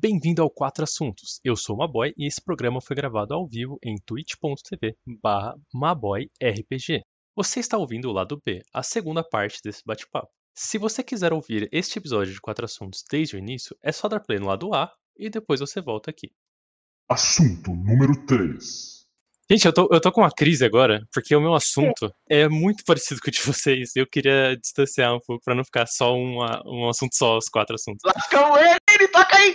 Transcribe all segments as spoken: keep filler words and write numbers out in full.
Bem-vindo ao Quatro Assuntos. Eu sou o Maboy e esse programa foi gravado ao vivo em twitch.tv barra maboyrpg. Você está ouvindo o lado B, a segunda parte desse bate-papo. Se você quiser ouvir este episódio de Quatro Assuntos desde o início, é só dar play no lado A e depois você volta aqui. Assunto número três. Gente, eu tô, eu tô com uma crise agora, porque o meu assunto é muito parecido com o de vocês. Eu queria distanciar um pouco pra não ficar só uma, um assunto só, os quatro assuntos. Lascamos ele, ele toca aí!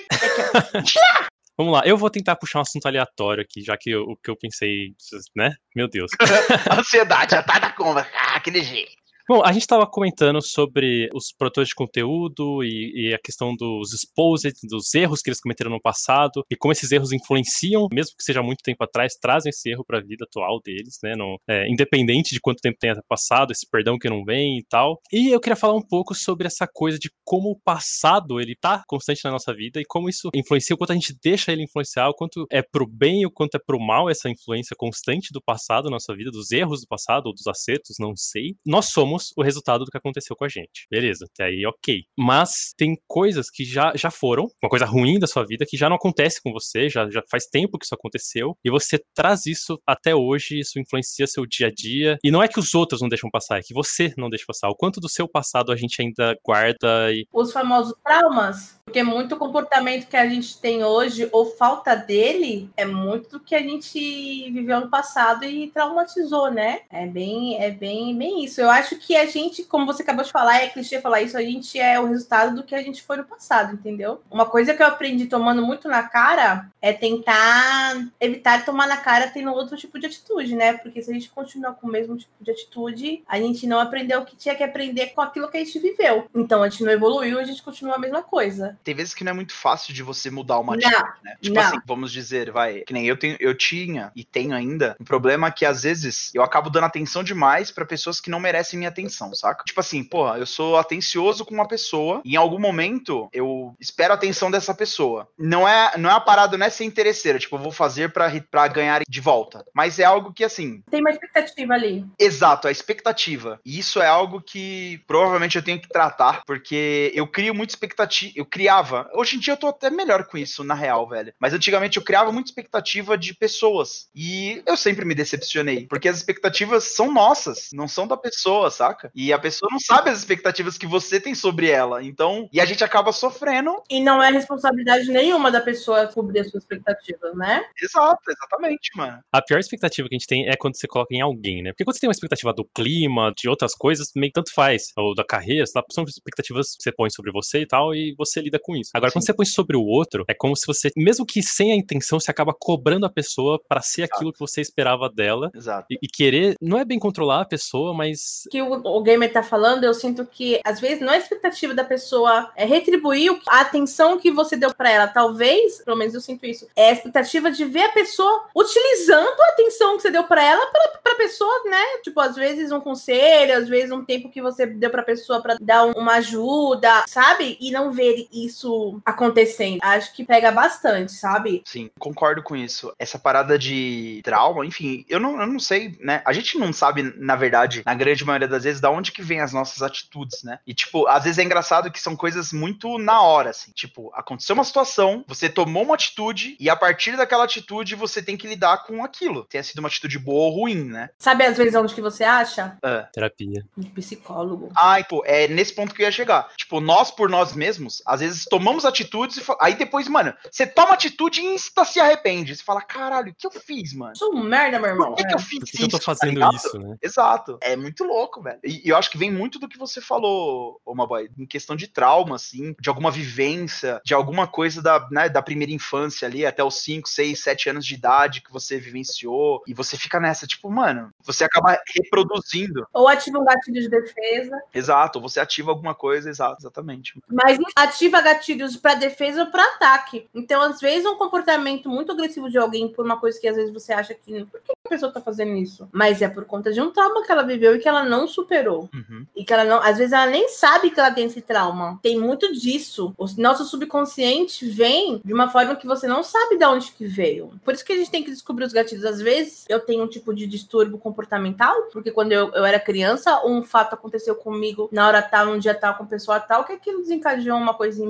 Vamos lá, eu vou tentar puxar um assunto aleatório aqui, já que eu, o que eu pensei, né? Meu Deus. Ansiedade, já tá da conversa. Ah, aquele jeito. Bom, a gente estava comentando sobre os produtores de conteúdo e, e a questão dos exposed, dos erros que eles cometeram no passado e como esses erros influenciam, mesmo que seja muito tempo atrás, trazem esse erro para a vida atual deles, né? No, é, independente de quanto tempo tenha passado, esse perdão que não vem e tal. E eu queria falar um pouco sobre essa coisa de como o passado ele tá constante na nossa vida e como isso influencia, o quanto a gente deixa ele influenciar, o quanto é pro bem e o quanto é pro mal essa influência constante do passado na nossa vida, dos erros do passado ou dos acertos, não sei. Nós somos o resultado do que aconteceu com a gente. Beleza, até aí ok. Mas tem coisas que já, já foram, uma coisa ruim da sua vida, que já não acontece com você, já, já faz tempo que isso aconteceu, e você traz isso até hoje, isso influencia seu dia a dia, e não é que os outros não deixam passar, é que você não deixa passar. O quanto do seu passado a gente ainda guarda e... Os famosos traumas, porque muito comportamento que a gente tem hoje, ou falta dele, é muito do que a gente viveu no passado e traumatizou, né? É bem, é bem, bem isso. Eu acho que que a gente, como você acabou de falar, é clichê falar isso, a gente é o resultado do que a gente foi no passado, entendeu? Uma coisa que eu aprendi tomando muito na cara é tentar evitar tomar na cara tendo outro tipo de atitude, né? Porque se a gente continuar com o mesmo tipo de atitude, a gente não aprendeu o que tinha que aprender com aquilo que a gente viveu. Então a gente não evoluiu, a gente continua a mesma coisa. Tem vezes que não é muito fácil de você mudar uma atitude, não, né? Tipo não. assim, vamos dizer, vai, que nem eu tenho, eu tinha e tenho ainda um problema que às vezes eu acabo dando atenção demais pra pessoas que não merecem minha atenção, saca? Tipo assim, porra, eu sou atencioso com uma pessoa e em algum momento eu espero a atenção dessa pessoa. Não é, não é a parada, não é ser interesseira, tipo, eu vou fazer pra, pra ganhar de volta. Mas é algo que, assim... Tem uma expectativa ali. Exato, a expectativa. E isso é algo que provavelmente eu tenho que tratar, porque eu crio muita expectativa, eu criava. Hoje em dia eu tô até melhor com isso, na real, velho. Mas antigamente eu criava muita expectativa de pessoas. E eu sempre me decepcionei, porque as expectativas são nossas, não são da pessoa, saca? E a pessoa não sabe as expectativas que você tem sobre ela. Então, e a gente acaba sofrendo. E não é responsabilidade nenhuma da pessoa cobrir as suas expectativas, né? Exato, exatamente, mano. A pior expectativa que a gente tem é quando você coloca em alguém, né? Porque quando você tem uma expectativa do clima, de outras coisas, meio que tanto faz. Ou da carreira, são expectativas que você põe sobre você e tal, e você lida com isso. Agora, Sim. quando você põe sobre o outro, é como se você, mesmo que sem a intenção, você acaba cobrando a pessoa pra ser Exato. Aquilo que você esperava dela. Exato. E, e querer, não é bem controlar a pessoa, mas... que o, o gamer tá falando, eu sinto que, às vezes, não é a expectativa da pessoa é retribuir a atenção que você deu pra ela. Talvez, pelo menos eu sinto isso, é a expectativa de ver a pessoa utilizando a atenção que você deu pra ela pra, pra pessoa, né? Tipo, às vezes um conselho, às vezes um tempo que você deu pra pessoa pra dar um, uma ajuda, sabe? E não ver isso acontecendo. Acho que pega bastante, sabe? Sim, concordo com isso. Essa parada de trauma, enfim, eu não, eu não sei, né? A gente não sabe, na verdade, na grande maioria das vezes, da onde que vem as nossas atitudes, né? E, tipo, às vezes é engraçado que são coisas muito na hora, assim. Tipo, aconteceu uma situação, você tomou uma atitude e a partir daquela atitude você tem que lidar com aquilo. Tenha sido uma atitude boa ou ruim, né? Sabe às vezes onde que você acha? É. Terapia. De psicólogo. Ai, pô, é nesse ponto que eu ia chegar. Tipo, nós por nós mesmos, às vezes tomamos atitudes e fa... aí depois, mano, você toma atitude e insta se arrepende. Você fala, caralho, o que eu fiz, mano? Sou um merda, meu irmão. Por que, é. que eu fiz Por que isso? eu tô fazendo tá isso, né? Exato. É muito louco, velho. E, e eu acho que vem muito do que você falou, ô Maboy, em questão de trauma, assim, de alguma vivência, de alguma coisa da, né, da primeira infância ali, até os cinco, seis, sete anos de idade que você vivenciou, e você fica nessa, tipo, mano, você acaba reproduzindo. Ou ativa um gatilho de defesa. Exato, ou você ativa alguma coisa, exato, exatamente. Mas ativa gatilhos pra defesa ou pra ataque. Então, às vezes, um comportamento muito agressivo de alguém por uma coisa que às vezes você acha que... Por que a pessoa tá fazendo isso? Mas é por conta de um trauma que ela viveu e que ela não superou. Uhum. E que ela não... Às vezes, ela nem sabe que ela tem esse trauma. Tem muito disso. O nosso subconsciente vem de uma forma que você não sabe de onde que veio. Por isso que a gente tem que descobrir os gatilhos. Às vezes, eu tenho um tipo de distúrbio comportamental, porque quando eu, eu era criança, um fato aconteceu comigo na hora tal, um dia tal, com pessoa tal, que aquilo desencadeou uma coisa em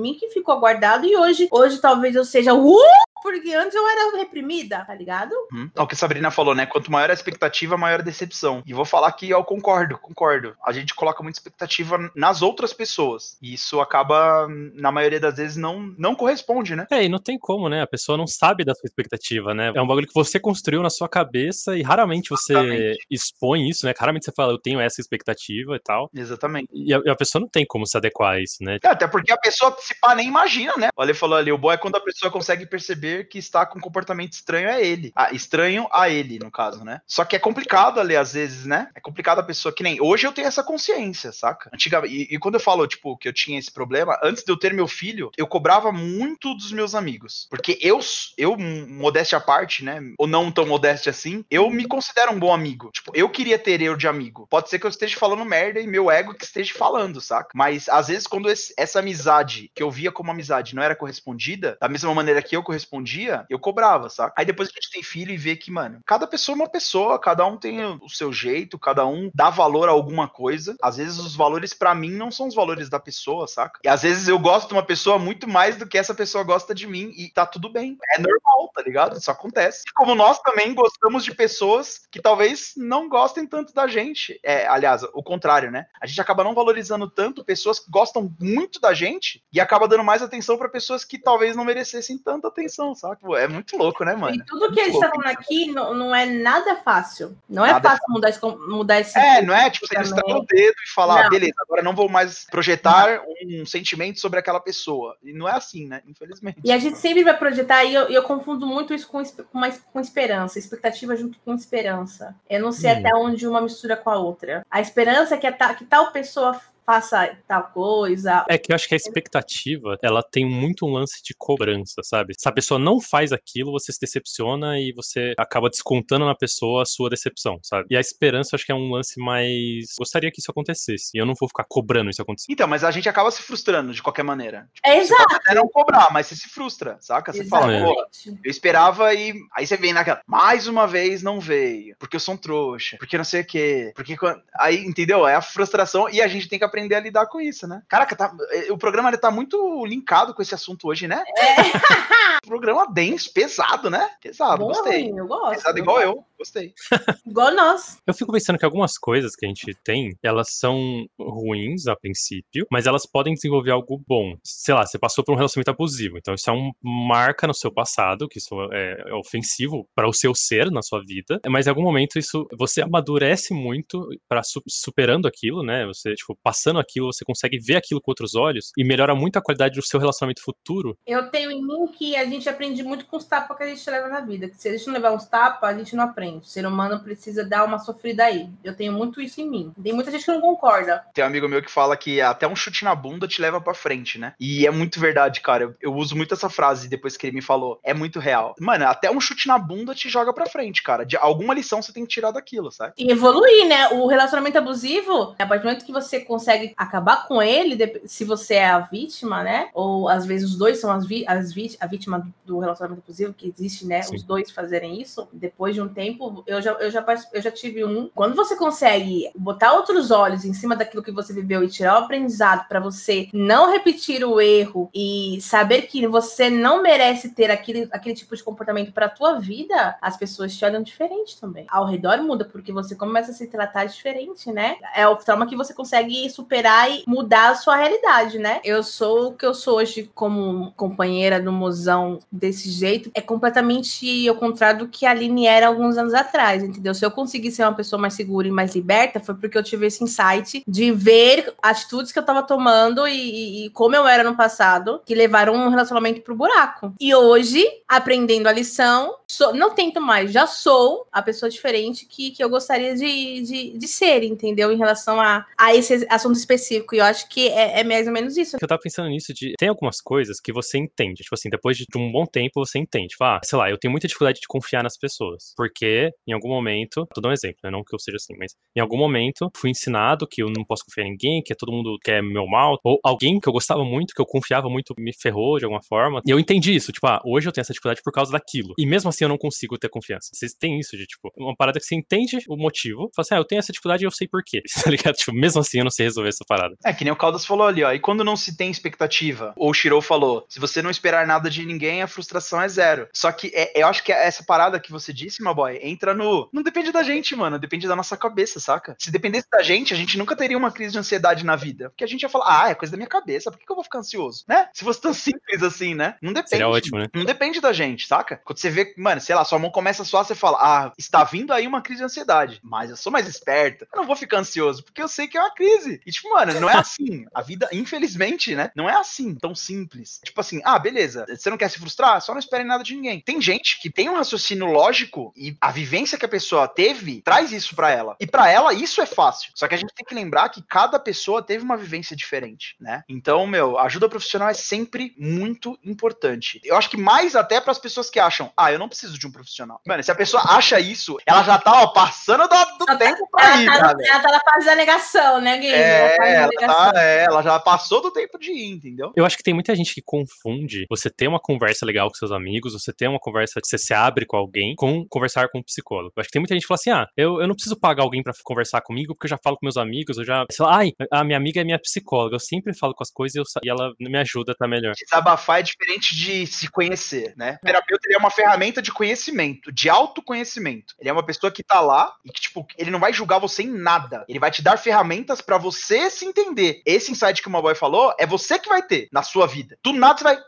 mim que ficou guardado e hoje, hoje talvez eu seja uh, porque antes eu era reprimida, tá ligado? Hum. É o que a Sabrina falou, né? Quanto maior a expectativa, maior a decepção. E vou falar que eu concordo, concordo. A gente coloca muita expectativa nas outras pessoas. E isso acaba, na maioria das vezes, não, não corresponde, né? É, e não tem como, né? A pessoa não sabe da sua expectativa, né? É um bagulho que você construiu na sua cabeça e raramente você Exatamente. expõe isso, né? Raramente você fala, eu tenho essa expectativa e tal. Exatamente. E a, e a pessoa não tem como se adequar a isso, né? É, até porque a pessoa, se pá, nem imagina, né? Olha, ele falou ali, o bom é quando a pessoa consegue perceber que está com um comportamento estranho a ele. Ah, estranho a ele, no caso, né? Só que é complicado ali, às vezes, né? É complicado a pessoa, que nem... Hoje eu tenho essa consciência, saca? Antigamente, e, e quando eu falo, tipo, que eu tinha esse problema, antes de eu ter meu filho, eu cobrava muito dos meus amigos. Porque eu, eu modéstia à parte, né? Ou não tão modéstia assim, eu me considero um bom amigo. Tipo, eu queria ter eu de amigo. Pode ser que eu esteja falando merda e meu ego que esteja falando, saca? Mas, às vezes, quando esse, essa amizade, que eu via como amizade, não era correspondida, da mesma maneira que eu correspondia, eu cobrava, saca? Aí depois a gente tem filho e vê que, mano, cada pessoa é uma pessoa, cada um tem o seu jeito, cada um dá valor a alguma coisa. Às vezes os valores pra mim não são os valores da pessoa, saca? E às vezes eu gosto de uma pessoa muito mais do que essa pessoa gosta de mim e tá tudo bem. É normal, tá ligado? Isso acontece. Como nós também gostamos de pessoas que talvez não gostem tanto da gente. É, aliás, o contrário, né? A gente acaba não valorizando tanto pessoas que gostam muito da gente e acaba dando mais atenção pra pessoas que talvez não merecessem tanta atenção, saca? Pô, é muito louco, né, mano? E tudo que é a gente tá falando aqui não, não é nada fácil. Não é Nada fácil mudar esse, mudar esse. É, não é? Tipo, você estranha o dedo e falar, Não. beleza, agora não vou mais projetar um sentimento sobre aquela pessoa. E não é assim, né? Infelizmente. E a gente sempre vai projetar, e eu, eu confundo muito isso com, com, uma, com esperança. Expectativa junto com esperança. Eu não sei Hum. até onde uma mistura com a outra. A esperança é que, a, que tal pessoa faça tal coisa. É que eu acho que a expectativa, ela tem muito um lance de cobrança, sabe? Se a pessoa não faz aquilo, você se decepciona e você acaba descontando na pessoa a sua decepção, sabe? E a esperança, eu acho que é um lance mais... Gostaria que isso acontecesse. E eu não vou ficar cobrando isso acontecer. Então, mas a gente acaba se frustrando de qualquer maneira. Tipo, É você exato. pode até não cobrar, mas você se frustra, saca? Você fala, pô, Exatamente. eu esperava e... Aí você vem naquela... Mais uma vez não veio. Porque eu sou um trouxa. Porque não sei o quê. Porque... Aí, entendeu? É a frustração e a gente tem que aprender a lidar com isso, né? Caraca, tá, o programa ele tá muito linkado com esse assunto hoje, né? É. Programa denso, pesado, né? Pesado, Bom, gostei. eu gosto. Pesado eu igual gosto. eu, gostei. Igual nós. Eu fico pensando que algumas coisas que a gente tem, elas são ruins a princípio, mas elas podem desenvolver algo bom. Sei lá, você passou por um relacionamento abusivo, então isso é uma marca no seu passado, que isso é, é ofensivo para o seu ser na sua vida, mas em algum momento isso, você amadurece muito para su superando aquilo, né? Você, tipo, passando aquilo, você consegue ver aquilo com outros olhos e melhora muito a qualidade do seu relacionamento futuro. Eu tenho em mim que a gente aprende muito com os tapas que a gente leva na vida. Que se a gente não levar uns tapas, a gente não aprende. O ser humano precisa dar uma sofrida aí. Eu tenho muito isso em mim. Tem muita gente que não concorda. Tem um amigo meu que fala que até um chute na bunda te leva pra frente, né? E é muito verdade, cara. Eu, eu uso muito essa frase depois que ele me falou. É muito real. Mano, até um chute na bunda te joga pra frente, cara. De alguma lição você tem que tirar daquilo, sabe? E evoluir, né? O relacionamento abusivo, a partir do momento que você consegue acabar com ele, se você é a vítima, né? Ou às vezes os dois são as, vi as vi a vítima do relacionamento abusivo, que existe, né? Sim. Os dois fazerem isso. Depois de um tempo, eu já, eu, já, eu já tive um. Quando você consegue botar outros olhos em cima daquilo que você viveu e tirar o aprendizado para você não repetir o erro e saber que você não merece ter aquele, aquele tipo de comportamento para a tua vida, as pessoas te olham diferente também. Ao redor muda, porque você começa a se tratar diferente, né? É o trauma que você consegue superar e mudar a sua realidade, né? Eu sou o que eu sou hoje como companheira do mozão desse jeito, é completamente ao contrário do que a Aline era alguns anos atrás, entendeu? Se eu conseguir ser uma pessoa mais segura e mais liberta, foi porque eu tive esse insight de ver atitudes que eu tava tomando e, e como eu era no passado, que levaram um relacionamento pro buraco. E hoje, aprendendo a lição, sou, não tento mais, já sou a pessoa diferente que, que eu gostaria de, de, de ser, entendeu? Em relação a, a esse assunto específico. E eu acho que é, é mais ou menos isso. Eu tava pensando nisso de... Tem algumas coisas que você entende. Tipo assim, depois de um bom tempo, você entende. Tipo, ah, sei lá, eu tenho muita dificuldade de confiar nas pessoas. Porque, em algum momento... Tô dando um exemplo, né? Não que eu seja assim, mas... Em algum momento, fui ensinado que eu não posso confiar em ninguém, que todo mundo quer meu mal. Ou alguém que eu gostava muito, que eu confiava muito, me ferrou de alguma forma. E eu entendi isso. Tipo, ah, hoje eu tenho essa dificuldade por causa daquilo. E mesmo assim, assim eu não consigo ter confiança? Vocês têm isso de, tipo, uma parada que você entende o motivo, fala assim, ah, eu tenho essa dificuldade e eu sei por quê, tá ligado? Tipo, mesmo assim eu não sei resolver essa parada. É, que nem o Caldas falou ali, ó, e quando não se tem expectativa, ou o Shirou falou, se você não esperar nada de ninguém, a frustração é zero. Só que é, eu acho que essa parada que você disse, meu boy, entra no... Não depende da gente, mano, depende da nossa cabeça, saca? Se dependesse da gente, a gente nunca teria uma crise de ansiedade na vida, porque a gente ia falar, ah, é coisa da minha cabeça, por que, que eu vou ficar ansioso, né? Se fosse tão simples assim, né? Não depende. Seria ótimo, né? Não depende da gente, saca? Quando você vê, mano, sei lá, sua mão começa a suar, você fala, ah, está vindo aí uma crise de ansiedade, mas eu sou mais esperta, eu não vou ficar ansioso, porque eu sei que é uma crise. E tipo, mano, não é assim. A vida, infelizmente, né, não é assim, tão simples. Tipo assim, ah, beleza, você não quer se frustrar? Só não espere nada de ninguém. Tem gente que tem um raciocínio lógico e a vivência que a pessoa teve traz isso pra ela. E pra ela, isso é fácil. Só que a gente tem que lembrar que cada pessoa teve uma vivência diferente, né? Então, meu, a ajuda profissional é sempre muito importante. Eu acho que mais até pras pessoas que acham, ah, eu não preciso de um profissional. Mano, se a pessoa acha isso, ela já tá, ó, passando do, do tempo pra ir, ela, cara. ela tá na fase da negação, né, Gui? É, ela, negação. tá, é, ela já passou do tempo de ir, entendeu? Eu acho que tem muita gente que confunde você ter uma conversa legal com seus amigos, você ter uma conversa que você se abre com alguém, com conversar com um psicólogo. Eu acho que tem muita gente que fala assim, ah, eu, eu não preciso pagar alguém pra conversar comigo, porque eu já falo com meus amigos, eu já... Sei lá, ai, a minha amiga é minha psicóloga, eu sempre falo com as coisas e, eu, e ela me ajuda a estar melhor. Desabafar é diferente de se conhecer, né? O terapeuta, ele é uma ferramenta de conhecimento, de autoconhecimento. Ele é uma pessoa que tá lá e que, tipo, ele não vai julgar você em nada. Ele vai te dar ferramentas pra você se entender. Esse insight que o Malboy falou, é você que vai ter na sua vida. Do nada você vai...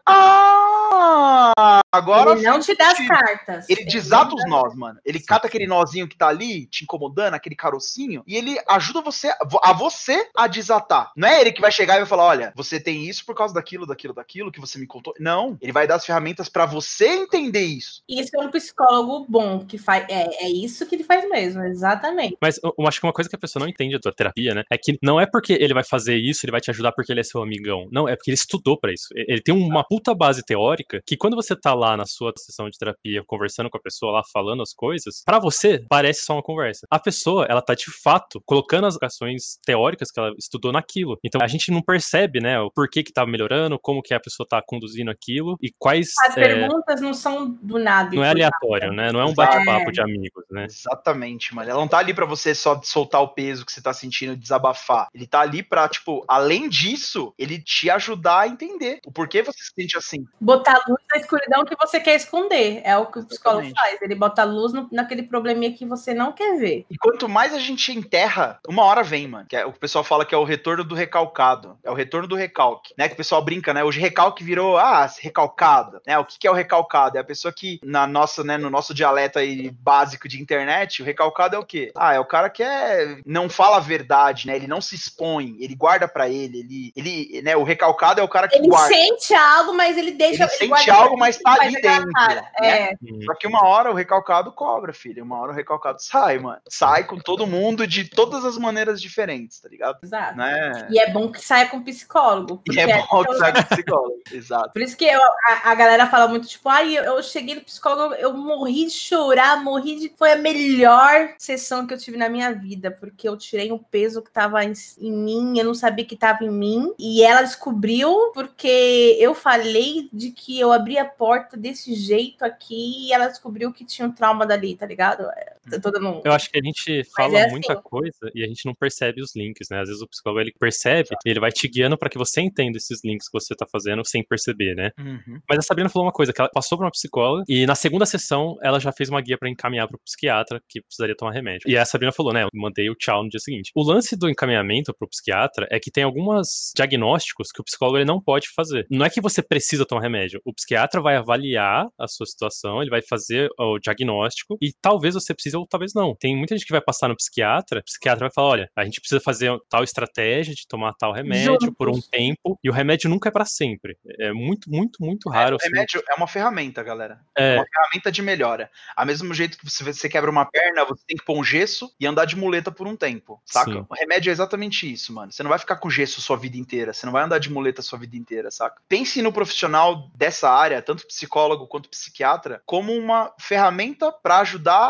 Ah! Agora... Ele não te dá as cartas. Ele desata os nós, mano. Ele cata aquele nozinho que tá ali, te incomodando, aquele carocinho, e ele ajuda você, a você a desatar. Não é ele que vai chegar e vai falar, olha, você tem isso por causa daquilo, daquilo, daquilo que você me contou. Não. Ele vai dar as ferramentas pra você entender isso. Isso é um psicólogo bom, que faz... É, é isso que ele faz mesmo, exatamente. Mas eu acho que uma coisa que a pessoa não entende da terapia, né, é que não é porque ele vai fazer isso, ele vai te ajudar porque ele é seu amigão. Não, é porque ele estudou pra isso. Ele tem uma puta base teórica que quando você tá lá na sua sessão de terapia, conversando com a pessoa lá, falando as coisas, pra você, parece só uma conversa. A pessoa, ela tá de fato colocando as questões teóricas que ela estudou naquilo. Então a gente não percebe, né, o porquê que tá melhorando, como que a pessoa tá conduzindo aquilo e quais... As é... perguntas não são do nada. Não é aleatório, né? Não é um bate-papo é. de amigos, né? Exatamente, mano. Ela não tá ali pra você só soltar o peso que você tá sentindo e desabafar. Ele tá ali pra, tipo, além disso, ele te ajudar a entender o porquê você se sente assim. Botar luz na escuridão que você quer esconder. É o que o psicólogo Exatamente. faz. Ele bota luz no, naquele probleminha que você não quer ver. E quanto mais a gente enterra, uma hora vem, mano. Que é, o pessoal fala que é o retorno do recalcado. É o retorno do recalque, né? Que o pessoal brinca, né? Hoje recalque virou, ah, recalcado, né? O que, que é o recalcado? É a pessoa que, na nossa, né, no nosso dialeto aí básico de internet, o recalcado é o quê? Ah, é o cara que é, não fala a verdade, né? Ele não se expõe, ele guarda pra ele, ele, ele né? O recalcado é o cara que ele guarda. Ele sente algo, mas ele deixa... Ele, ele sente algo, mas tá ali dentro, né? É. Só que uma hora o recalcado cobra, filho. Uma hora o recalcado sai, mano. Sai com todo mundo de todas as maneiras diferentes, tá ligado? Exato. Né? E é bom que saia com psicólogo. E é bom que saia com psicólogo, exato. Por isso que eu, a, a galera fala muito, tipo, ai, eu, eu cheguei no psicólogo, eu morri de chorar, morri de... Foi a melhor sessão que eu tive na minha vida, porque eu tirei um peso que tava em, em mim, eu não sabia que tava em mim, e ela descobriu porque eu falei de que eu abri a porta desse jeito aqui, e ela descobriu que tinha um trauma dali, tá ligado? Eu, tô dando... eu acho que a gente fala é muita assim. coisa e a gente não percebe os links, né? Às vezes o psicólogo, ele percebe, e ele vai te guiando pra que você entenda esses links que você tá fazendo sem perceber, né? Uhum. Mas a Sabrina falou uma coisa, que ela passou pra uma psicóloga e na segunda sessão ela já fez uma guia pra encaminhar pro psiquiatra que precisaria tomar remédio. E a Sabrina falou, né? Eu mandei o tchau no dia seguinte. O lance do encaminhamento pro psiquiatra é que tem alguns diagnósticos que o psicólogo ele não pode fazer. Não é que você precisa tomar remédio. O psiquiatra vai avaliar a sua situação, ele vai fazer o diagnóstico e talvez você precise ou talvez não. Tem muita gente que vai passar no psiquiatra, o psiquiatra vai falar, olha, a gente precisa fazer tal estratégia de tomar tal remédio Juntos. por um tempo, e o remédio nunca é pra sempre. É muito, muito, muito raro. É, o remédio assim. é uma ferramenta, galera. É. é uma ferramenta de melhora. Ao mesmo jeito que você, você quebra uma perna, você tem que pôr um gesso e andar de muleta por um tempo, saca? Sim. O remédio é exatamente isso, mano. Você não vai ficar com gesso sua vida inteira, você não vai andar de muleta sua vida inteira, saca? Pense no profissional dessa área, tanto psicólogo quanto psiquiatra, como uma ferramenta pra ajudar a gente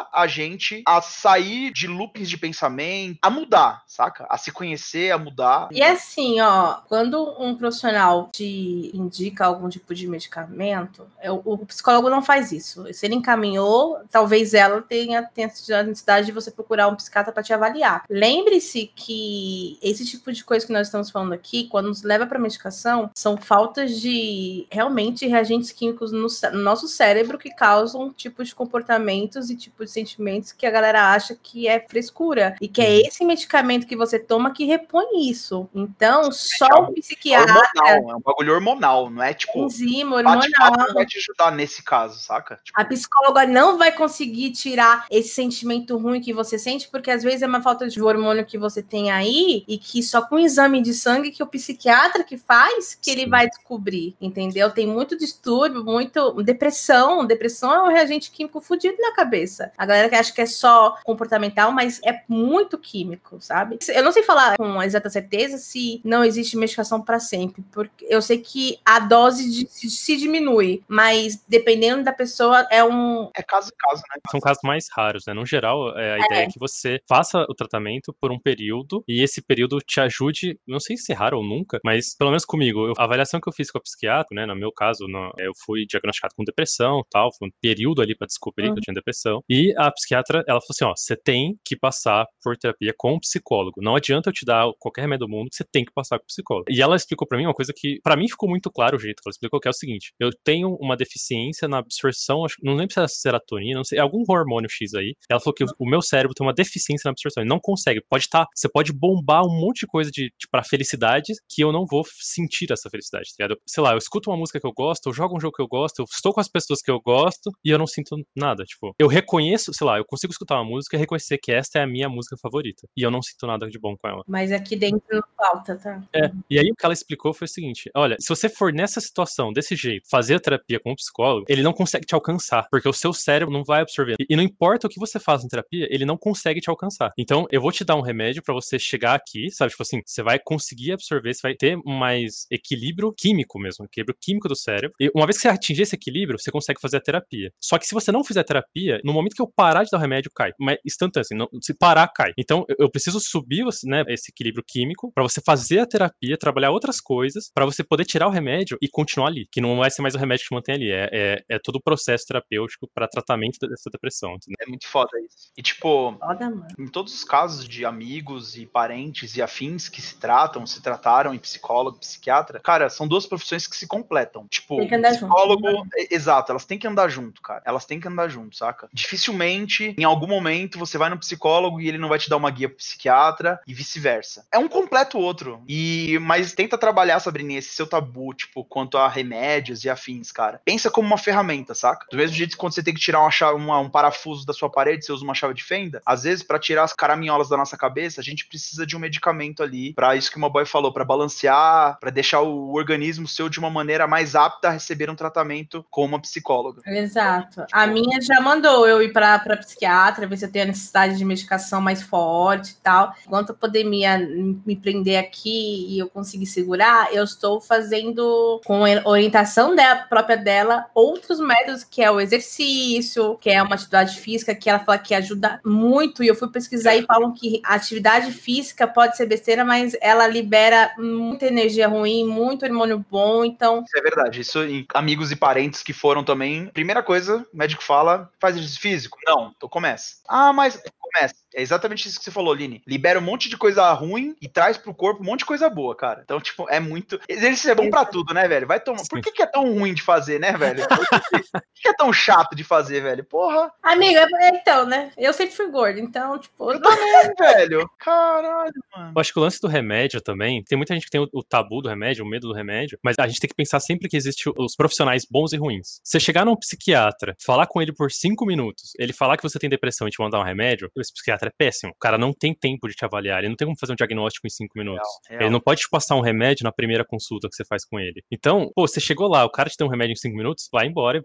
realmente a sair de loopings de pensamento, a mudar, saca? A se conhecer, a mudar. E assim, ó, quando um profissional te indica algum tipo de medicamento, eu, o psicólogo não faz isso. Se ele encaminhou, talvez ela tenha, tenha a necessidade de você procurar um psiquiatra para te avaliar. Lembre-se que esse tipo de coisa que nós estamos falando aqui, quando nos leva para medicação, são faltas de, realmente, reagentes químicos no, no nosso cérebro que causam tipos de comportamentos e tipos de sentimentos que a galera acha que é frescura. E que é esse medicamento que você toma que repõe isso. Então, só é o psiquiatra... Hormonal, é um bagulho hormonal, não é tipo... Enzima hormonal. Não vai te ajudar nesse caso, saca? Tipo, a psicóloga não vai conseguir tirar esse sentimento ruim que você sente, porque às vezes é uma falta de hormônio que você tem aí, e que só com o exame de sangue que o psiquiatra que faz, que Sim. ele vai descobrir, entendeu? Tem muito distúrbio, muito... Depressão. Depressão é um reagente químico fudido na cabeça. A galera que acha que é só comportamental, mas é muito químico, sabe? Eu não sei falar com exata certeza se não existe medicação para sempre, porque eu sei que a dose de, de, se diminui, mas dependendo da pessoa é um... É caso a caso, né? São casos mais raros, né? No geral, é, a é. ideia é que você faça o tratamento por um período e esse período te ajude, não sei se é raro ou nunca, mas pelo menos comigo, eu, a avaliação que eu fiz com a psiquiatra, né? No meu caso, no, eu fui diagnosticado com depressão, tal, foi um período ali para descobrir uhum. que eu tinha depressão, e a psiquiatra, ela falou assim, ó, você tem que passar por terapia com um psicólogo, não adianta eu te dar qualquer remédio do mundo que você tem que passar com o psicólogo. E ela explicou pra mim uma coisa que, pra mim ficou muito claro o jeito que ela explicou, que é o seguinte, eu tenho uma deficiência na absorção, acho, não lembro se era serotonina, não sei, algum hormônio X aí, ela falou que o, o meu cérebro tem uma deficiência na absorção, ele não consegue, pode estar, tá, você pode bombar um monte de coisa de, de, pra felicidade, que eu não vou sentir essa felicidade, tá ligado? Sei lá, eu escuto uma música que eu gosto, eu jogo um jogo que eu gosto, eu estou com as pessoas que eu gosto, e eu não sinto nada, tipo, eu reconheço, sei lá, eu consigo escutar uma música e reconhecer que esta é a minha música favorita, e eu não sinto nada de bom com ela. Mas aqui dentro não falta, tá? É, e aí o que ela explicou foi o seguinte, olha, se você for nessa situação, desse jeito, fazer a terapia com um psicólogo, ele não consegue te alcançar, porque o seu cérebro não vai absorver. E, e não importa o que você faz na terapia, ele não consegue te alcançar. Então, eu vou te dar um remédio pra você chegar aqui, sabe? Tipo assim, você vai conseguir absorver, você vai ter mais equilíbrio químico mesmo, equilíbrio químico do cérebro. E uma vez que você atingir esse equilíbrio, você consegue fazer a terapia. Só que se você não fizer terapia, no momento que eu parar de dar o remédio, cai. Mas instantâneo, assim, não, se parar, cai. Então, eu, eu preciso subir, né, esse equilíbrio químico pra você fazer a terapia, trabalhar outras coisas, pra você poder tirar o remédio e continuar ali. Que não vai ser mais o remédio que te mantém ali. É, é, é todo o processo terapêutico pra tratamento dessa depressão. Entendeu? É muito foda isso. E tipo, foda, mano. Em todos os casos de amigos e parentes e afins que se tratam, se trataram em psicólogo, psiquiatra, cara, são duas profissões que se completam. Tipo, tem que andar psicólogo, junto, né? Exato, elas têm que andar junto, cara. Elas têm que andar junto, saca? Dificilmente, em algum momento, você vai no psicólogo e ele não vai te dar uma guia pro psiquiatra e vice-versa. É um completo outro. E, mas tenta trabalhar, Sabrininha, esse seu tabu, tipo, quanto a remédios e afins, cara. Pensa como uma ferramenta, saca? Do mesmo jeito que quando você tem que tirar uma chave, uma, um parafuso da sua parede, você usa uma chave de fenda, às vezes, pra tirar as caraminholas da nossa cabeça, a gente precisa de um medicamento ali, pra isso que o Moboy falou, pra balancear, pra deixar o organismo seu de uma maneira mais apta a receber um tratamento com uma psicóloga. Exato. A minha já mandou eu ir pra, pra psiquiatra, ver se eu tenho a necessidade de medicação mais forte e tal. Enquanto a pandemia me prender aqui e eu conseguir segurar, eu estou fazendo, com orientação dela, própria dela, outros métodos, que é o exercício, que é uma atividade física, que ela fala que ajuda muito, e eu fui pesquisar e falam que a atividade física pode ser besteira, mas ela libera muita energia ruim, muito hormônio bom, então... Isso é verdade, isso em amigos e parentes que foram também, primeira coisa, o médico fala, faz exercício físico? Não, então começa. Ah, mas começa. É exatamente isso que você falou, Line. Libera um monte de coisa ruim e traz pro corpo um monte de coisa boa, cara. Então, tipo, é muito... Exercício é bom pra tudo, né, velho? Vai tomar... Por que que é tão ruim de fazer, né, velho? Por que que é tão chato de fazer, velho? Porra! Amiga, então, né? Eu sempre fui gorda, então, tipo... Eu também, velho. Caralho, mano. Eu acho que o lance do remédio também, tem muita gente que tem o, o tabu do remédio, o medo do remédio, mas a gente tem que pensar sempre que existem os profissionais bons e ruins. Você chegar num psiquiatra, falar com ele por cinco minutos, ele falar que você tem depressão e te mandar um remédio, esse psiquiatra é péssimo. O cara não tem tempo de te avaliar, ele não tem como fazer um diagnóstico em cinco minutos. Real, real. Ele não pode te passar um remédio na primeira consulta que você faz com ele. Então, pô, você chegou lá, o cara te deu um remédio em cinco minutos, vai embora e vai procurar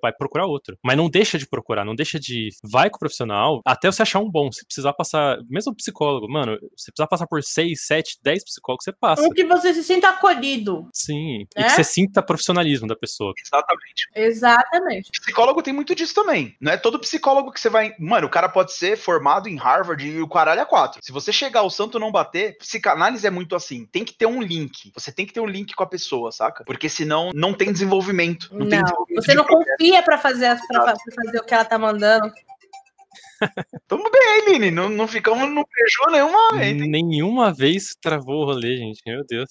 procurar outro. Mas não deixa de procurar, não deixa de... Vai com o profissional até você achar um bom. Se precisar passar... Mesmo psicólogo, mano, se precisar passar por seis, sete, dez psicólogos, você passa. Um que você se sinta acolhido. Sim. Né? E que você sinta profissionalismo da pessoa. Exatamente. Exatamente. Psicólogo tem muito disso também. Não é todo psicólogo que você vai... Mano, o cara pode ser formado em Harvard e o caralho é quatro. Se você chegar ao santo não bater, psicanálise é muito assim. Tem que ter um link. Você tem que ter um link com a pessoa, saca? Porque senão não tem desenvolvimento. Não, Não, tem desenvolvimento você de não processo. confia pra fazer, pra, pra fazer o que ela tá mandando. Tamo bem, Lini. Não, não ficamos no prejuízo nenhuma vez, hein? Nenhuma vez travou o rolê, gente. Meu Deus.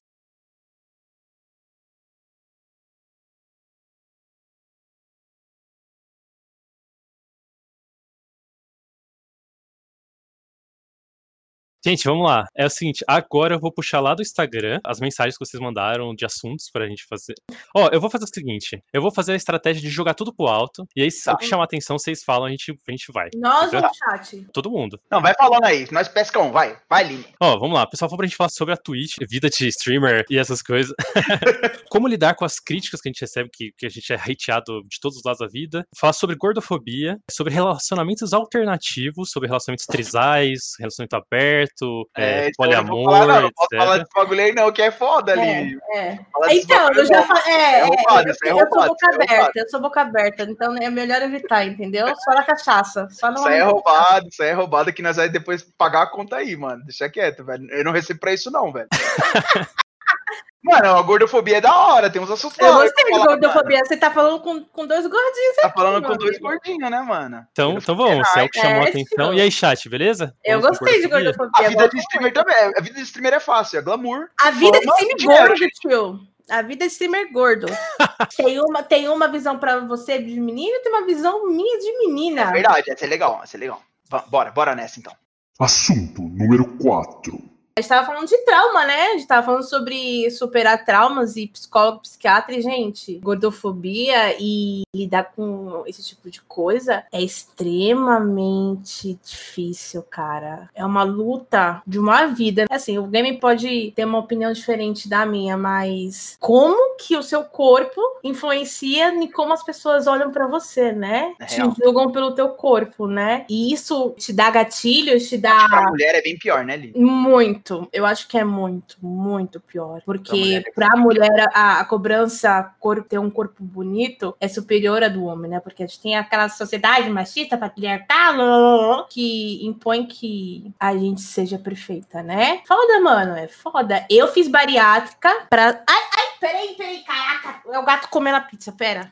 Gente, vamos lá. É o seguinte, agora eu vou puxar lá do Instagram as mensagens que vocês mandaram de assuntos pra gente fazer. Ó, eu vou fazer o seguinte, eu vou fazer a estratégia de jogar tudo pro alto, e aí se Tá. o que chamar atenção, vocês falam, a gente, a gente vai. Nós entendeu? ou o chat? Todo mundo. Não, vai falando aí. Nós pesca um. Vai. Vai, Lini. Ó, vamos lá. Pessoal, foi pra gente falar sobre a Twitch, vida de streamer e essas coisas. Como lidar com as críticas que a gente recebe, que, que a gente é hateado de todos os lados da vida. Falar sobre gordofobia, sobre relacionamentos alternativos, sobre relacionamentos trisais, relacionamento aberto, é, isso eu não poliamor, vou falar, não. Não posso etcétera. falar desse bagulho aí, não, que é foda, Lini. É, é. Fala desse Então, bagulho eu já não. falei. É, É é, roubado, eu, isso é eu sou roubado, boca isso é aberta, roubado. eu sou boca aberta, então é melhor evitar, entendeu? Só na cachaça. Só não Isso aí é roubado, isso aí é roubado que nós vamos depois pagar a conta aí, mano. Deixa quieto, velho. Eu não recebo pra isso, não, velho. Mano, a gordofobia é da hora, tem uns assuntos da Eu hora gostei pra de falar, gordofobia. Você tá falando com, com dois gordinhos Tá aqui, falando meu com dois amigo. gordinhos, né, mano? Então, então vamos, se é o que chamou a É, atenção. tio. E aí, chat, beleza? Eu Vamos com gostei de gordofobia? gordofobia. A vida gosto de streamer muito. também. A vida de streamer é fácil, é glamour. A vida de Fama e streamer dinheiro, gordo, gente. tio. A vida de streamer gordo. tem, uma, tem uma visão pra você de menino e tem uma visão minha de menina. É verdade, essa é legal, essa é legal. Va- Bora, bora nessa então. Assunto número quatro. A gente tava falando de trauma, né? A gente tava falando sobre superar traumas e psicólogo, psiquiatra. E, gente, gordofobia e lidar com esse tipo de coisa é extremamente difícil, cara. É uma luta de uma vida. Assim, o game pode ter uma opinião diferente da minha, mas como que o seu corpo influencia em como as pessoas olham pra você, né? É Te real. julgam pelo teu corpo, né? E isso te dá gatilhos, te dá... Pra mulher é bem pior, né, Lili? Muito, eu acho que é muito, muito pior. Pra Porque mulher é pra mulher a, a cobrança corpo, ter um corpo bonito é superior à do homem, né? Porque a gente tem aquela sociedade machista, patriarcal, que impõe que a gente seja perfeita, né? Foda, mano, é foda. Eu fiz bariátrica pra. Ai, ai, peraí, peraí, caraca, é o gato comendo a pizza, pera.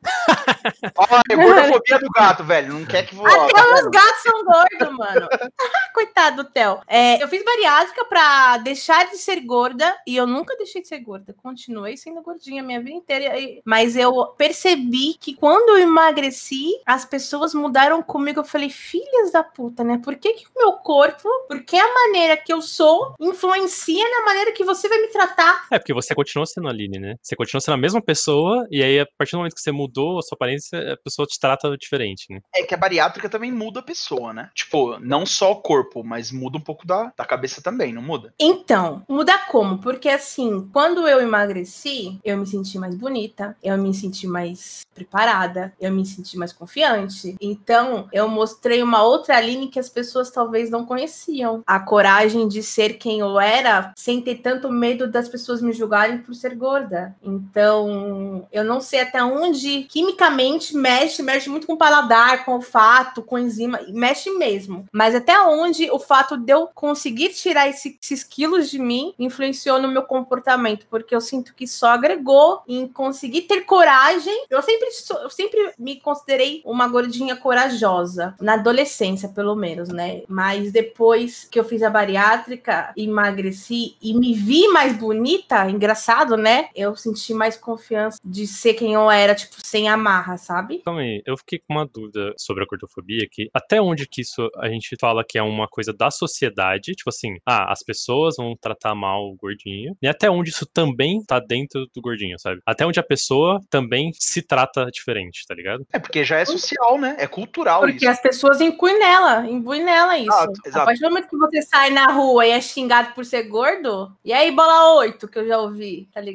Olha, a gordofobia do gato, velho. Não quer que voe. Até os gatos são gordos, mano. Coitado do Theo. É, eu fiz bariátrica pra deixar de ser gorda e eu nunca deixei de ser gorda. Continuei sendo gordinha a minha vida inteira. E- Mas eu percebi que quando eu emagreci, as pessoas mudaram comigo. Eu falei, filhas da puta, né? Por que que o meu corpo, por que a maneira que eu sou influencia na maneira que você vai me tratar? É, porque você continua sendo a Aline, né? Você continua sendo a mesma pessoa, e aí, a partir do momento que você mudou a sua aparência, a pessoa te trata diferente, né? É que a bariátrica também muda a pessoa, né? Tipo, não só o corpo, mas muda um pouco da, da cabeça também, não muda? Então, muda como? Porque assim, quando eu emagreci, eu me senti mais bonita, eu me senti mais preparada, eu me senti mais confiante. Então, eu mostrei uma outra Aline que as pessoas talvez não conheciam. A coragem de ser quem eu era, sem ter tanto medo das pessoas me julgarem por ser gorda. Então, eu não sei até onde quimicamente mexe, mexe muito com o paladar, com o olfato, com enzima, mexe mesmo. Mas até onde o fato de eu conseguir tirar esse- esses quilos de mim influenciou no meu comportamento, porque eu sinto que só agregou em conseguir ter coragem. Eu sempre, sou- eu sempre me considerei uma gordinha corajosa, na adolescência, pelo menos, né? Mas depois que eu fiz a bariátrica, emagreci e me vi mais bonita, engraçado, né? Eu senti mais confiança de ser quem eu era, tipo, sem amarra, sabe? Calma aí, eu fiquei com uma dúvida sobre a gordofobia, que até onde que isso a gente fala que é uma coisa da sociedade, tipo assim, ah, as pessoas vão tratar mal o gordinho, e até onde isso também tá dentro do gordinho, sabe? Até onde a pessoa também se trata diferente, tá ligado? É porque já é social, né? É cultural Porque isso. as pessoas incluem nela, imbuem nela isso. Exato, A exato. partir do momento que você sai na rua e é xingado por ser gordo, e aí bola oito, que eu já ouvi, tá ligado?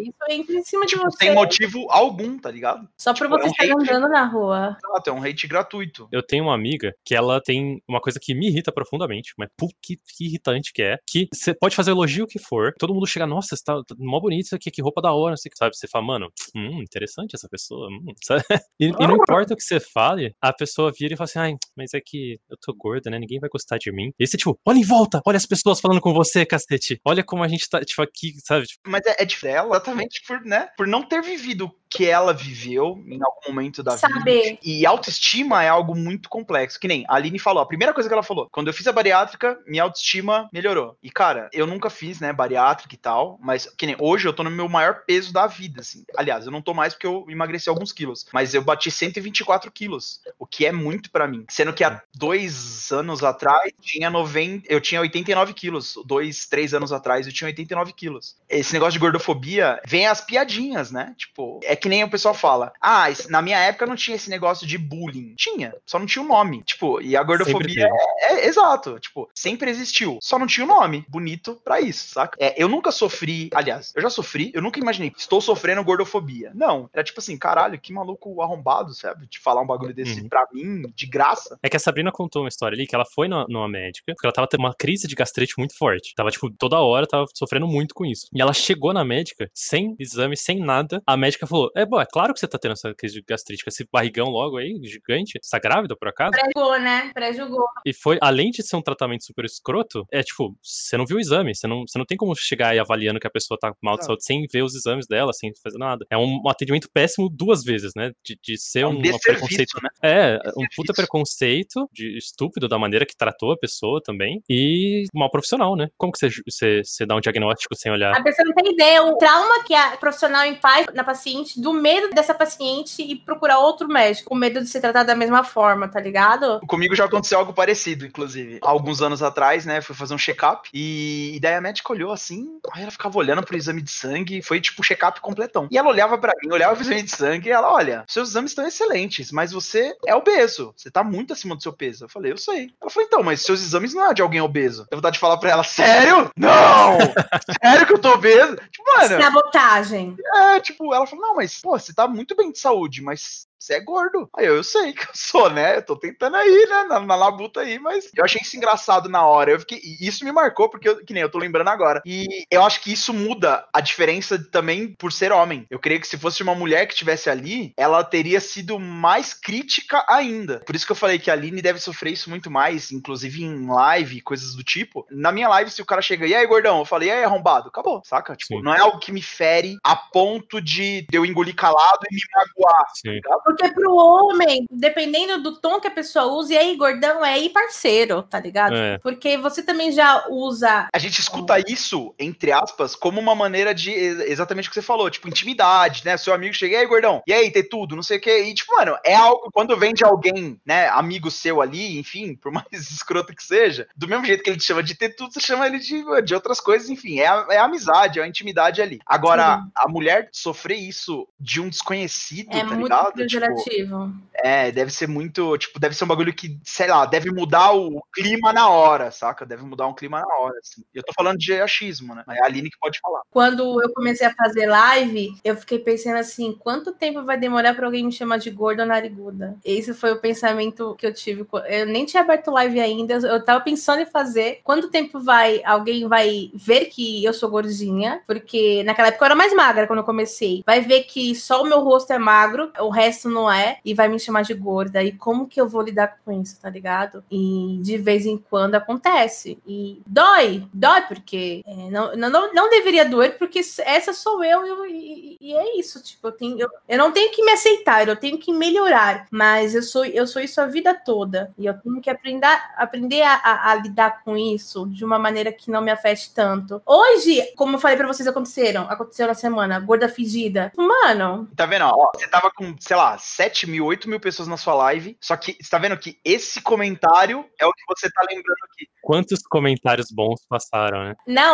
Isso entra em cima tipo, de você. sem motivo algum, tá ligado? Só pra tipo, você é um estar hate. andando na rua. Exato, é um hate gratuito. Eu tenho uma amiga que ela tem uma coisa que me irrita profundamente, mas pô, que, que irritante que é, que você pode fazer elogio que for, todo mundo chega, nossa, você tá, tá mó bonito isso aqui, que roupa da hora, não sei o que, sabe? Você fala, mano, hum, interessante essa pessoa, hum, sabe? E, e não importa o que você fale, a pessoa vira e fala assim, ai, mas é que eu tô gorda, né? Ninguém vai gostar de mim. E você, tipo, olha em volta, olha as pessoas falando com você, cacete. Olha como a gente tá, tipo, aqui, sabe? Tipo, Mas é, é de dela, exatamente por, né, por não ter vivido o que ela viveu em algum momento da Saber. vida. E autoestima é algo muito complexo. Que nem a Aline falou, a primeira coisa que ela falou, quando eu fiz a bariátrica, minha autoestima melhorou. E, cara, eu nunca fiz, né, bariátrica e tal, mas que nem hoje eu tô no meu maior peso da vida, assim. Aliás, eu não tô mais porque eu emagreci alguns quilos, mas eu bati cento e vinte e quatro quilos, o que é muito pra mim. Sendo que há dois anos atrás tinha noventa, eu tinha oitenta e nove quilos. Dois, três anos atrás eu tinha oitenta e nove quilos. Esse negócio de gordofobia vem as piadinhas, né? Tipo, é que nem o pessoal fala, ah, na minha época não tinha esse negócio de bullying. Tinha, só não tinha o nome. Tipo, e a gordofobia é, é, exato, tipo, sempre existiu, só não tinha o nome bonito pra isso, saca? É, eu nunca sofri, aliás, eu já sofri, eu nunca imaginei, estou sofrendo gordofobia. Não, era tipo assim, caralho, que maluco arrombado, sabe? De falar um bagulho desse uhum. pra mim, de graça. É que a Sabrina contou uma história ali, que ela foi na, numa médica, porque ela tava tendo uma crise de gastrite muito forte. Tava, tipo, toda hora, tava sofrendo muito com isso. E ela chegou na médica, sem exame, sem nada. A médica falou, é, bom, é claro que você tá tendo essa crise de gastrite, com esse barrigão logo aí, gigante. Você tá grávida, por acaso? Pré-julgou, né? Pré-julgou. E foi, além de ser um tratamento super escroto, é tipo, você não viu o exame, você não, você não tem como chegar aí avaliando que a pessoa tá mal de saúde sem ver os exames dela, sem fazer nada. É um, um atendimento péssimo duas vezes, né? De, de ser É um, um uma preconceito. né? É, um puta preconceito, de estúpido da maneira que tratou a pessoa também, e mal profissional, né? Como que você, você, você dá um diagnóstico sem olhar? A pessoa não tem ideia o trauma que a profissional faz na paciente, do medo dessa paciente e procurar outro médico, com medo de ser tratado da mesma forma, tá ligado? Comigo já aconteceu algo parecido, inclusive. Alguns anos atrás, né, fui fazer um check-up e, e daí a médica olhou assim, aí ela ficava olhando pro exame de sangue, foi tipo check-up completão. E ela olhava pra mim, olhava pro exame de sangue e ela, olha, seus exames estão excelentes, mas você é obeso, você tá muito acima do seu peso. Eu falei, eu sei. Ela falou, então, mas seus exames não é de alguém obeso. Eu vou dar de falar pra ela, sério? Não! Sério que eu tô obeso? Tipo, mano... Sabotagem. É, tipo, ela falou, não, mas, pô, você tá muito bem de saúde, mas... você é gordo. Aí eu, eu sei que eu sou, né? Eu tô tentando aí, né? Na, na labuta aí, mas eu achei isso engraçado na hora. Eu fiquei, e isso me marcou, porque, eu, que nem eu tô lembrando agora. E eu acho que isso muda a diferença também por ser homem. Eu creio que se fosse uma mulher que estivesse ali, ela teria sido mais crítica ainda. Por isso que eu falei que a Aline deve sofrer isso muito mais, inclusive em live, coisas do tipo. Na minha live, se o cara chega, e aí, gordão? Eu falei, e aí, arrombado? Acabou, saca? Tipo, Sim. não é algo que me fere a ponto de eu engolir calado e me magoar. Sim. Tá? Porque pro homem, dependendo do tom que a pessoa usa, e aí, gordão, é aí parceiro, tá ligado? É. Porque você também já usa... A gente escuta isso, entre aspas, como uma maneira de, exatamente o que você falou, tipo, intimidade, né? Seu amigo chega, e aí, gordão? E aí, ter tudo, não sei o quê. E, tipo, mano, é algo, quando vem de alguém, né, amigo seu ali, enfim, por mais escroto que seja, do mesmo jeito que ele te chama de ter tudo, você chama ele de, de outras coisas, enfim, é a, é a amizade, é a intimidade ali. Agora, sim, a mulher sofrer isso de um desconhecido, é tá muito ligado? pejorativo. Tipo, é, deve ser muito, tipo, deve ser um bagulho que, sei lá, deve mudar o clima na hora, saca? Deve mudar um clima na hora, assim. Eu tô falando de achismo, né? É a Aline que pode falar. Quando eu comecei a fazer live, eu fiquei pensando assim, quanto tempo vai demorar pra alguém me chamar de gorda ou nariguda? Esse foi o pensamento que eu tive. Eu nem tinha aberto live ainda, eu tava pensando em fazer. Quanto tempo vai, alguém vai ver que eu sou gordinha? Porque naquela época eu era mais magra quando eu comecei. Vai ver que só o meu rosto é magro, o resto não é, e vai me chamar de gorda. E como que eu vou lidar com isso, tá ligado? E de vez em quando acontece. E dói, dói porque é, não, não, não deveria doer, porque essa sou eu, eu e, e é isso. Tipo, eu, tenho, eu, eu não tenho que me aceitar, eu tenho que melhorar. Mas eu sou, eu sou isso a vida toda. E eu tenho que aprender, aprender a, a, a lidar com isso de uma maneira que não me afete tanto. Hoje, como eu falei pra vocês, aconteceram. Aconteceu na semana, gorda fedida. Mano. Tá vendo? Ó, você tava com, sei lá, sete mil, oito mil pessoas na sua live. Só que você tá vendo que esse comentário é o que você tá lembrando aqui. Quantos comentários bons passaram, né? Não.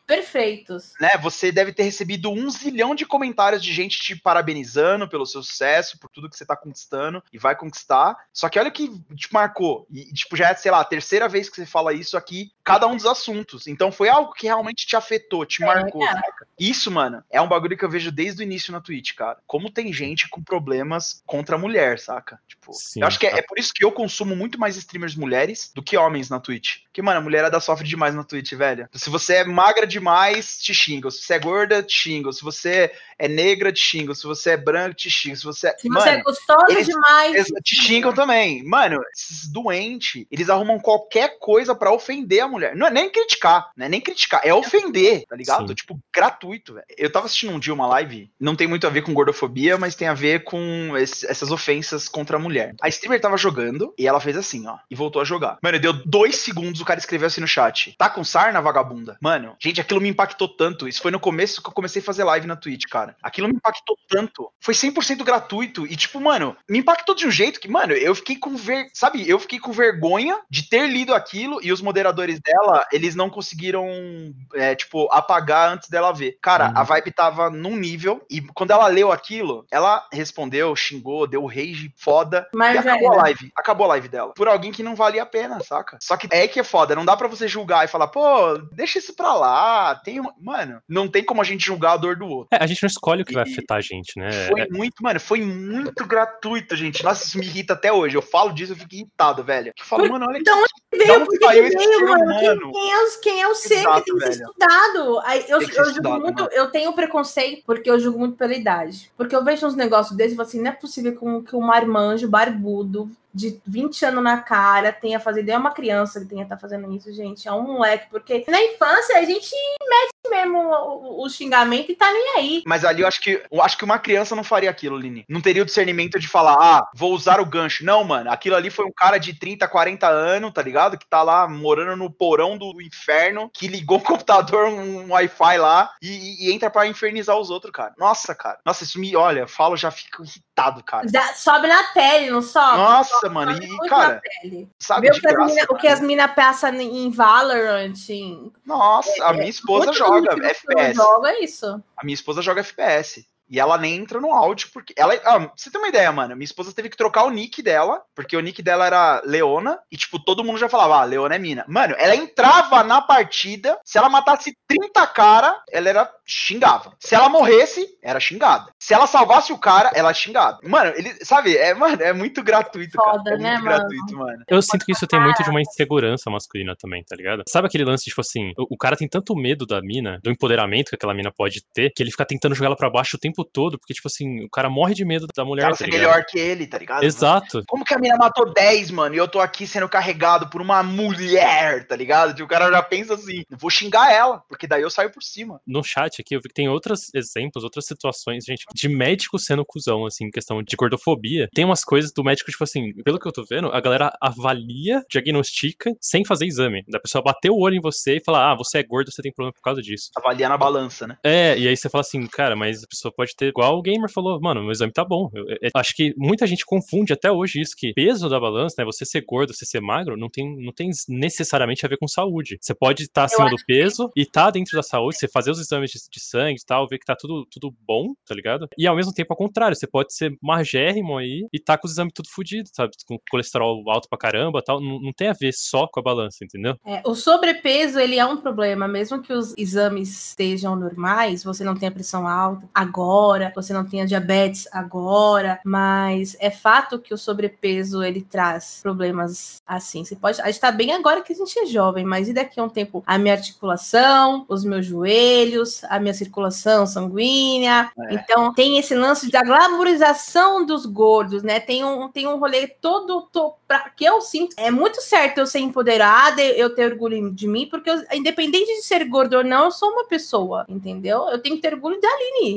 perfeitos. Né, você deve ter recebido um zilhão de comentários de gente te parabenizando pelo seu sucesso, por tudo que você tá conquistando e vai conquistar. Só que olha o que te marcou. E, tipo, já é, sei lá, a terceira vez que você fala isso aqui, cada um dos assuntos. Então foi algo que realmente te afetou, te marcou. É, Saca? Isso, mano, é um bagulho que eu vejo desde o início na Twitch, cara. Como tem gente com problemas contra a mulher, saca? Tipo, Sim, eu acho que é, tá. é por isso que eu consumo muito mais streamers mulheres do que homens na Twitch. Porque, mano, a mulherada sofre demais na Twitch, velho. Se você é magra demais, te xingam. Se você é gorda, te xingam. Se você é negra, te xingam. Se você é branco, te xingam. Se você é... Se mano, você é gostosa eles, demais... eles te xingam também. Mano, esses doentes, eles arrumam qualquer coisa pra ofender a mulher. Não é nem criticar, não é nem criticar, é ofender, tá ligado? Sim. Tipo, gratuito, velho. Eu tava assistindo um dia uma live, não tem muito a ver com gordofobia, mas tem a ver com esse, essas ofensas contra a mulher. A streamer tava jogando e ela fez assim, ó, e voltou a jogar. Mano, deu dois segundos, o cara escreveu assim no chat: tá com sarna, vagabunda? Mano, gente, aquilo me impactou tanto. Isso foi no começo que eu comecei a fazer live na Twitch, cara. Aquilo me impactou tanto. Foi cem por cento gratuito e, tipo, mano, me impactou de um jeito que, mano, eu fiquei com ver... Sabe, eu fiquei com vergonha de ter lido aquilo e os moderadores dela, eles não conseguiram, é, tipo, apagar antes dela ver. Cara, Uhum. a vibe tava num nível e quando ela leu aquilo, ela respondeu, xingou, deu rage foda Mas e já acabou era. a live. Acabou a live dela. Por alguém que não valia a pena, saca? Só que é que é foda, não dá pra você julgar e falar, pô, deixa isso pra lá. Tem uma... Mano, não tem como a gente julgar a dor do outro. É, a gente não escolhe o que E- vai afetar a gente, né? Foi É, muito, mano, foi muito gratuito, gente. Nossa, isso me irrita até hoje. Eu falo disso, eu fico irritado, velho. Eu falo, mano, olha Então, que... Veio, Da onde por que saiu que esse veio, ser mano? Quem, humano? quem é, os, quem é o ser Exato, que tem que ser velho. estudado? Aí eu, Tem que ser eu julgo estudado, muito, mano. eu tenho preconceito porque eu julgo muito pela idade. Porque eu vejo uns negócios desses e falo assim, não é possível que um, que um marmanjo barbudo de vinte anos na cara tenha fazido, é uma criança que tenha estar fazendo isso, gente, é um moleque, porque na infância a gente mete mesmo o, o xingamento e tá nem aí. Mas ali eu acho que eu acho que uma criança não faria aquilo, Lini. Não teria o discernimento de falar, ah, vou usar o gancho. Não, mano. Aquilo ali foi um cara de trinta, quarenta anos, tá ligado? Que tá lá morando no porão do inferno, que ligou um computador, um Wi-Fi lá e, e entra pra infernizar os outros, cara. Nossa, cara. Nossa, isso me. Olha, eu falo, já fico irritado, cara. Já sobe na pele, não sobe? Nossa, sobe, mano. sobe E, muito cara, na pele. sabe Vê de o que, as graça, mina, o que as minas passam em Valorant, em Nossa, a minha esposa Muito joga dos motivos F que P eu S. jogo é isso. A minha esposa joga F P S. E ela nem entra no áudio, porque ela. Ah, você tem uma ideia, mano? Minha esposa teve que trocar o nick dela, porque o nick dela era Leona, e, tipo, todo mundo já falava, ah, Leona é mina. Mano, ela entrava na partida, se ela matasse trinta cara, ela era xingava. Se ela morresse, era xingada. Se ela salvasse o cara, ela xingava. Mano, ele, sabe, é, mano, é muito gratuito, Foda, cara. É né, muito mano? gratuito, mano. eu sinto que isso tem muito de uma insegurança masculina também, tá ligado? Sabe aquele lance, tipo assim, o, o cara tem tanto medo da mina, do empoderamento que aquela mina pode ter, que ele fica tentando jogar ela pra baixo o tempo todo, porque, tipo assim, o cara morre de medo da mulher, Cara, tá ser ligado? melhor que ele, tá ligado? Exato. Como que a mina matou dez, mano, e eu tô aqui sendo carregado por uma mulher, tá ligado? Tipo, o cara já pensa assim, eu vou xingar ela, porque daí eu saio por cima. No chat aqui, eu vi que tem outros exemplos, outras situações, gente, de médico sendo cuzão, assim, em questão de gordofobia. Tem umas coisas do médico, tipo assim, pelo que eu tô vendo, a galera avalia, diagnostica, sem fazer exame. Da pessoa bater o olho em você e falar, ah, você é gordo, você tem problema por causa disso. Avaliar na balança, né? É, e aí você fala assim, cara, mas a pessoa pode ter, igual o gamer falou, mano, meu exame tá bom. Eu, eu, eu acho que muita gente confunde até hoje isso, que peso da balança, né, você ser gordo, você ser magro, não tem, não tem necessariamente a ver com saúde. Você pode estar acima do peso e tá dentro da saúde, você fazer os exames de, de sangue e tal, ver que tá tudo, tudo bom, tá ligado? E ao mesmo tempo, ao contrário, você pode ser magérrimo aí e tá com os exames tudo fodido, sabe? Com colesterol alto pra caramba e tal. Não, não tem a ver só com a balança, entendeu? É, o sobrepeso, ele é um problema, mesmo que os exames estejam normais, você não tenha pressão alta agora, você não tenha diabetes agora, mas é fato que o sobrepeso, ele traz problemas assim. Você pode, a gente tá bem agora que a gente é jovem, mas e daqui a um tempo, a minha articulação, os meus joelhos, a minha circulação sanguínea, É. então tem esse lance da glamorização dos gordos, né? Tem um, tem um rolê todo, todo pra, que eu sinto, é muito certo eu ser empoderada, eu ter orgulho de mim, porque eu, independente de ser gordo ou não, eu sou uma pessoa, entendeu? Eu tenho que ter orgulho da Aline. Ser gorda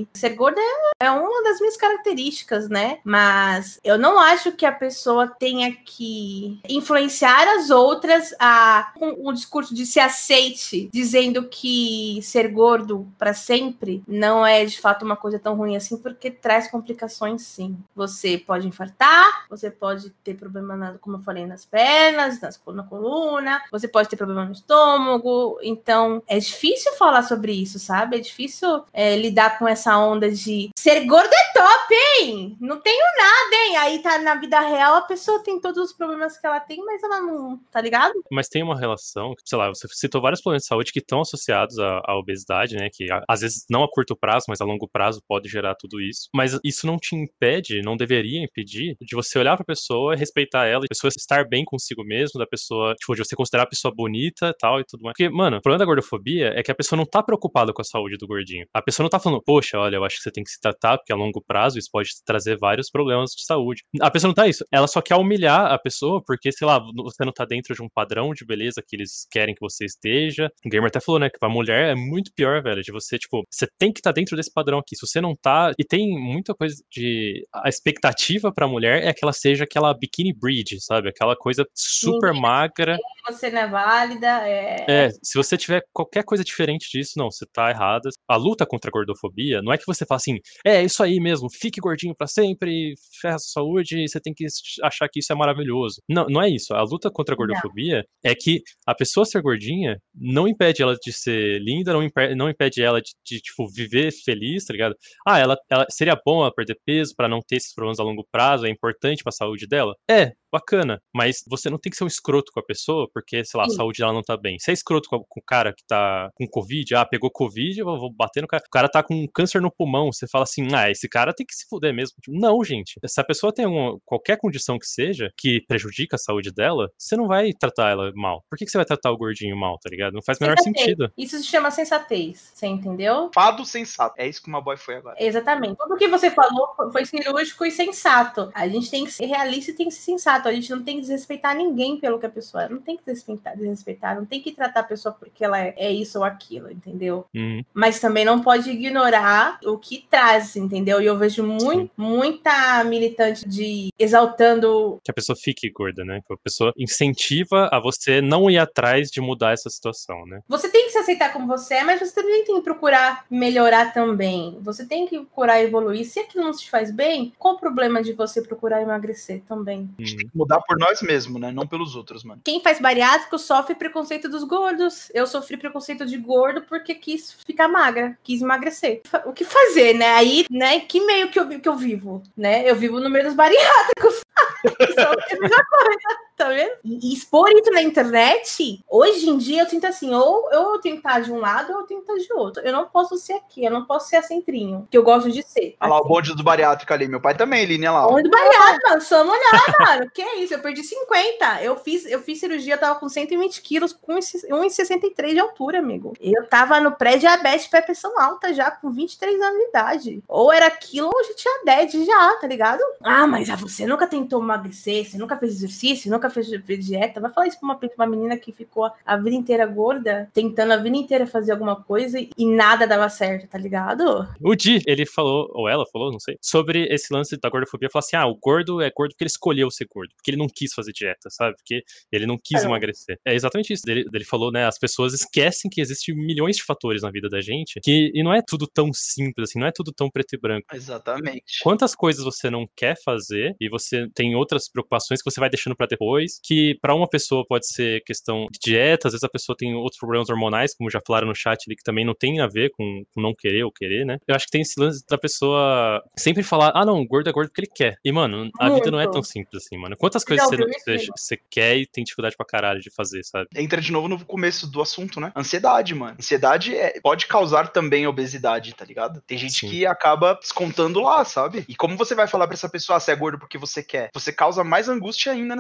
gorda é, é uma das minhas características, né? Mas eu não acho que a pessoa tenha que influenciar as outras a um, um discurso de se aceite, dizendo que ser gordo para sempre não é de fato uma coisa tão ruim assim, porque traz complicações sim. Você pode infartar, você pode ter problema, na, como eu falei, nas pernas, nas, na coluna, você pode ter problema no estômago. Então é difícil falar sobre isso, sabe? É difícil é, lidar com essa onda de ser gordo é top, hein? Não tenho nada, hein? Aí tá na vida real, a pessoa tem todos os problemas que ela tem, mas ela não, tá ligado? Mas tem uma relação, sei lá, você citou vários problemas de saúde que estão associados à, à obesidade, né? Que às vezes não a curto prazo, mas a longo prazo pode gerar tudo isso. Mas isso não te impede, não deveria impedir de você olhar pra pessoa, respeitar ela, e a pessoa estar bem consigo mesmo, da pessoa, tipo, de você considerar a pessoa bonita e tal e tudo mais. Porque, mano, o problema da gordofobia é que a pessoa não tá preocupada com a saúde do gordinho. A pessoa não tá falando, poxa, olha, eu acho que você tem que se tratar, porque a longo prazo isso pode trazer vários problemas de saúde. A pessoa não tá isso. Ela só quer humilhar a pessoa porque, sei lá, você não tá dentro de um padrão de beleza que eles querem que você esteja. O Gamer até falou, né, que pra mulher é muito pior, velho, de você, tipo, você tem que estar tá dentro desse padrão aqui. Se você não tá... E tem muita coisa de... A expectativa pra mulher é que ela seja aquela bikini bridge, sabe? Aquela coisa super Ninguém magra. Você não é válida, é... É, se você tiver qualquer coisa diferente disso, não, você tá errada. A luta contra a gordofobia não é que você fala assim, é, é isso aí mesmo, fique gordinho pra sempre, ferra a sua saúde, você tem que achar que isso é maravilhoso. Não, não é isso. A luta contra a gordofobia não. É que a pessoa ser gordinha não impede ela de ser linda, não impede, não impede ela de, de, tipo, viver feliz, tá ligado? Ah, ela, ela seria bom ela perder peso pra não ter esses problemas a longo prazo, é importante pra saúde dela? É, bacana, mas você não tem que ser um escroto com a pessoa, porque, sei lá, a saúde dela não tá bem. Você é escroto com, com o cara que tá com Covid, ah, pegou Covid, eu vou bater no cara. O cara tá com câncer no pulmão, você fala assim, ah, esse cara tem que se fuder mesmo. Tipo, não, gente. Se a pessoa tem uma, qualquer condição que seja, que prejudica a saúde dela, você não vai tratar ela mal. Por que, que você vai tratar o gordinho mal, tá ligado? Não faz o menor sensatez. sentido. Isso se chama sensatez, você entendeu? Fado sensato. É isso que uma boy foi agora. Exatamente. Tudo que você falou foi cirúrgico e sensato. A gente tem que ser realista e tem que ser sensato. A gente não tem que desrespeitar ninguém pelo que a pessoa é. Não tem que desrespeitar, desrespeitar. Não tem que tratar a pessoa porque ela é, é isso ou aquilo, entendeu? Uhum. Mas também não pode ignorar o que traz, entendeu? E eu vejo muito, muita militante de exaltando... Que a pessoa fique gorda, né? Que a pessoa incentiva a você não ir atrás de mudar essa situação, né? Você tem que se aceitar como você é, mas você também tem que procurar melhorar também. Você tem que procurar evoluir. Se aquilo não te faz bem, qual o problema de você procurar emagrecer também? A gente tem que mudar por nós mesmos, né? Não pelos outros, mano. Quem faz bariátrico sofre preconceito dos gordos. Eu sofri preconceito de gordo porque quis ficar magra, quis emagrecer. O que fazer, né? Aí, né? Que meio que eu, que eu vivo, né? Eu vivo no meio dos bariátricos. Isso é a mesma coisa, tá vendo? E expor isso na internet, hoje em dia eu sinto assim, ou eu tenho que estar de um lado ou eu tenho que estar de outro. Eu não posso ser aqui, eu não posso ser a centrinho, que eu gosto de ser. Olha lá o bonde do bariátrico ali, meu pai também, Lini, lá. Bonde do bariátrico, mano, sou mulher, mano, que isso, eu perdi cinquenta, eu fiz, eu fiz cirurgia, eu tava com cento e vinte quilos, com um e sessenta e três de altura, amigo. Eu tava no pré-diabetes, pré-pressão alta já, com vinte e três anos de idade. Ou era aquilo ou já tinha dez já, tá ligado? Ah, mas ah, você nunca tentou emagrecer, você nunca fez exercício, nunca fez, fez dieta, vai falar isso pra uma, pra uma menina que ficou a vida inteira gorda, tentando a vida inteira fazer alguma coisa e, e nada dava certo, tá ligado? O Di, ele falou, ou ela falou, não sei, sobre esse lance da gordofobia, falou assim, ah, o gordo é gordo porque ele escolheu ser gordo, porque ele não quis fazer dieta, sabe? Porque ele não quis é. emagrecer. É exatamente isso. Ele, ele falou, né, as pessoas esquecem que existem milhões de fatores na vida da gente, que, e não é tudo tão simples, assim, não é tudo tão preto e branco. Exatamente. Quantas coisas você não quer fazer e você tem outras preocupações que você vai deixando pra depois, que pra uma pessoa pode ser questão de dieta, às vezes a pessoa tem outros problemas hormonais, como já falaram no chat ali, que também não tem a ver com, com não querer ou querer, né? Eu acho que tem esse lance da pessoa sempre falar, ah não, gordo é gordo porque ele quer. E, mano, a Muito. vida não é tão simples assim, mano. Quantas coisas não, você, não, você, você quer e tem dificuldade pra caralho de fazer, sabe? Entra de novo no começo do assunto, né? Ansiedade, mano. Ansiedade é, pode causar também obesidade, tá ligado? Tem gente Sim. que acaba descontando lá, sabe? E como você vai falar pra essa pessoa, ah, você é gordo porque você quer? Você causa mais angústia ainda nessa pessoa.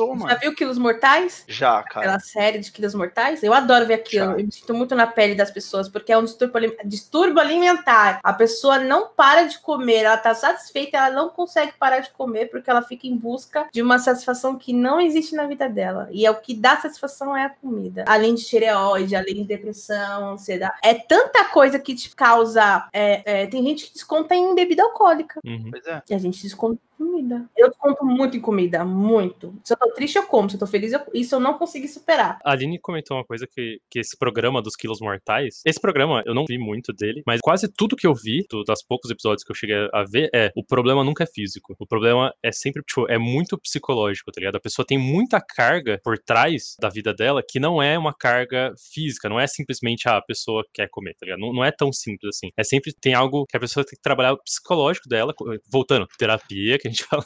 pessoa, mano. Já viu Quilos Mortais? Já, cara. Aquela série de Quilos Mortais? Eu adoro ver aquilo. Já. Eu me sinto muito na pele das pessoas, porque é um distúrbio, distúrbio alimentar. A pessoa não para de comer, ela tá satisfeita, ela não consegue parar de comer, porque ela fica em busca de uma satisfação que não existe na vida dela. E é o que dá satisfação é a comida. Além de tireoide, além de depressão, ansiedade. É tanta coisa que te causa... É, é, tem gente que desconta em bebida alcoólica. Uhum. Pois é. E a gente desconta em comida. Eu desconto muito em comida, muito. Se eu tô triste, eu como. Se eu tô feliz, eu... isso eu não consegui superar. A Aline comentou uma coisa que, que esse programa dos Quilos Mortais, esse programa, eu não vi muito dele, mas quase tudo que eu vi, do, das poucos episódios que eu cheguei a ver, é, o problema nunca é físico. O problema é sempre, tipo, é muito psicológico, tá ligado? A pessoa tem muita carga por trás da vida dela que não é uma carga física, não é simplesmente ah, a pessoa quer comer, tá ligado? Não, não é tão simples assim. É sempre, tem algo que a pessoa tem que trabalhar o psicológico dela, voltando, terapia, que a gente fala,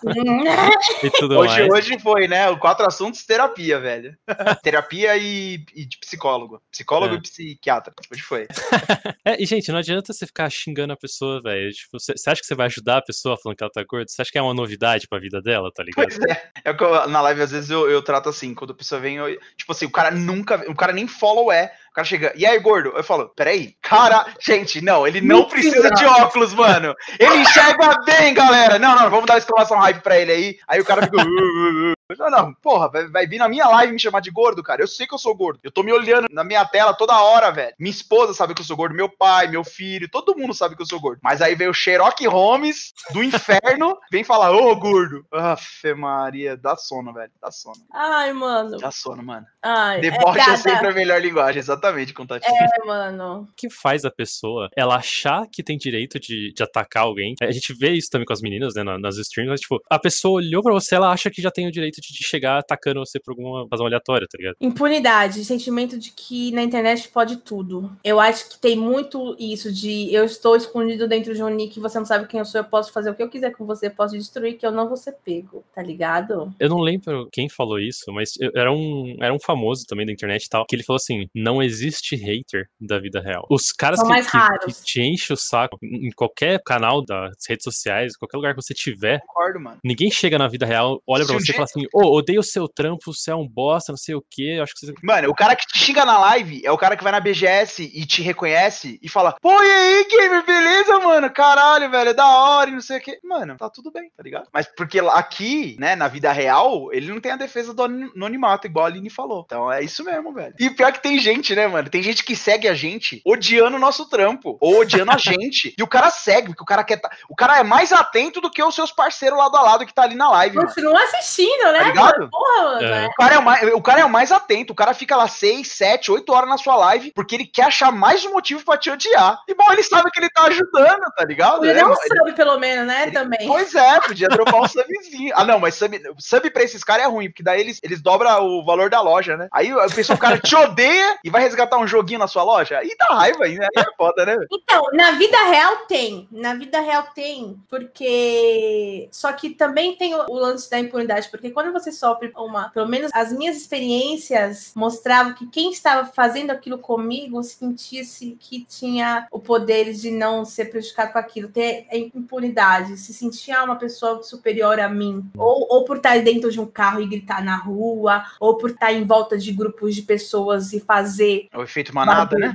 e tudo hoje, mais. Hoje foi, né, o quatro assuntos, terapia, velho. Terapia e, e de psicólogo. Psicólogo É. e psiquiatra. Hoje foi. É, e, gente, não adianta você ficar xingando a pessoa, velho. Tipo, você, você acha que você vai ajudar a pessoa falando que ela tá gorda? Você acha que é uma novidade pra vida dela, tá ligado? Pois é. É o que eu, na live, às vezes, eu, eu trato assim, quando a pessoa vem, eu, tipo assim, o cara nunca, o cara nem follow é, o cara chega, e aí, gordo? Eu falo, peraí, cara, gente, não, ele não precisa de óculos, mano. Ele enxerga bem, galera. Não, não, vamos dar uma exclamação hype pra ele aí. Aí o cara fica... Uh, uh, uh. Não, não, porra, vai, vai vir na minha live me chamar de gordo, cara. Eu sei que eu sou gordo. Eu tô me olhando na minha tela toda hora, velho. Minha esposa sabe que eu sou gordo, meu pai, meu filho, todo mundo sabe que eu sou gordo. Mas aí veio o Sherlock Holmes do inferno, vem falar, ô, gordo. Afe Maria, dá sono, velho, dá sono. Ai, mano. Dá sono, mano. Ai, Deboche é, é sempre a melhor linguagem, exatamente, contatinho. É, mano. O que faz a pessoa, ela achar que tem direito de, de atacar alguém? A gente vê isso também com as meninas, né, nas streams, mas, tipo, a pessoa olhou pra você, ela acha que já tem o direito de chegar atacando você por alguma razão aleatória, tá ligado? Impunidade, sentimento de que na internet pode tudo. Eu acho que tem muito isso de eu estou escondido dentro de um nick, você não sabe quem eu sou, eu posso fazer o que eu quiser com você, posso destruir, que eu não vou ser pego, tá ligado? Eu não lembro quem falou isso, mas era um, era um famoso também da internet e tal, que ele falou assim, não existe hater da vida real. Os caras São que, mais que, raros. que te enchem o saco em qualquer canal das redes sociais, qualquer lugar que você tiver, Concordo, mano. ninguém chega na vida real, olha Se pra um você dia- e fala assim, ô, oh, odeio o seu trampo, você é um bosta, não sei o quê, eu acho que você... Mano, o cara que te xinga na live é o cara que vai na B G S e te reconhece e fala, pô, e aí, gamer, beleza, mano? Caralho, velho, é da hora e não sei o quê. Mano, tá tudo bem, tá ligado? Mas porque aqui, né, na vida real, ele não tem a defesa do anonimato, igual a Aline falou. Então é isso mesmo, velho. E pior que tem gente, né, mano? Tem gente que segue a gente odiando o nosso trampo, ou odiando a gente. E o cara segue, porque o cara quer... Tá... O cara é mais atento do que os seus parceiros lado a lado que tá ali na live, mano. Continua assistindo, né? Tá ligado? Porra, mano, É. é. O cara, é o, mais, o cara é o mais atento, o cara fica lá seis, sete, oito horas na sua live, porque ele quer achar mais um motivo pra te odiar. E bom, ele sabe que ele tá ajudando, tá ligado? Ele É, é um ele- sub, pelo menos, né? ele- Também. Pois é, podia dropar um subzinho. Ah, não, mas sub, sub pra esses caras é ruim, porque daí eles, eles dobram o valor da loja, né? Aí a pessoa, o cara te odeia e vai resgatar um joguinho na sua loja. Aí dá raiva ainda, aí é foda, né? Então, na vida real tem. Na vida real tem. Porque. Só que também tem o, o lance da impunidade. Porque quando você sofre uma. Pelo menos as minhas experiências mostravam que quem estava fazendo aquilo comigo sentia-se que tinha o poder de não ser prejudicado com aquilo. Ter a impunidade. Se sentia uma pessoa superior a mim. Ou, ou por estar dentro de um carro e gritar na rua. Ou por estar em volta de grupos de pessoas e fazer É o efeito manada, né?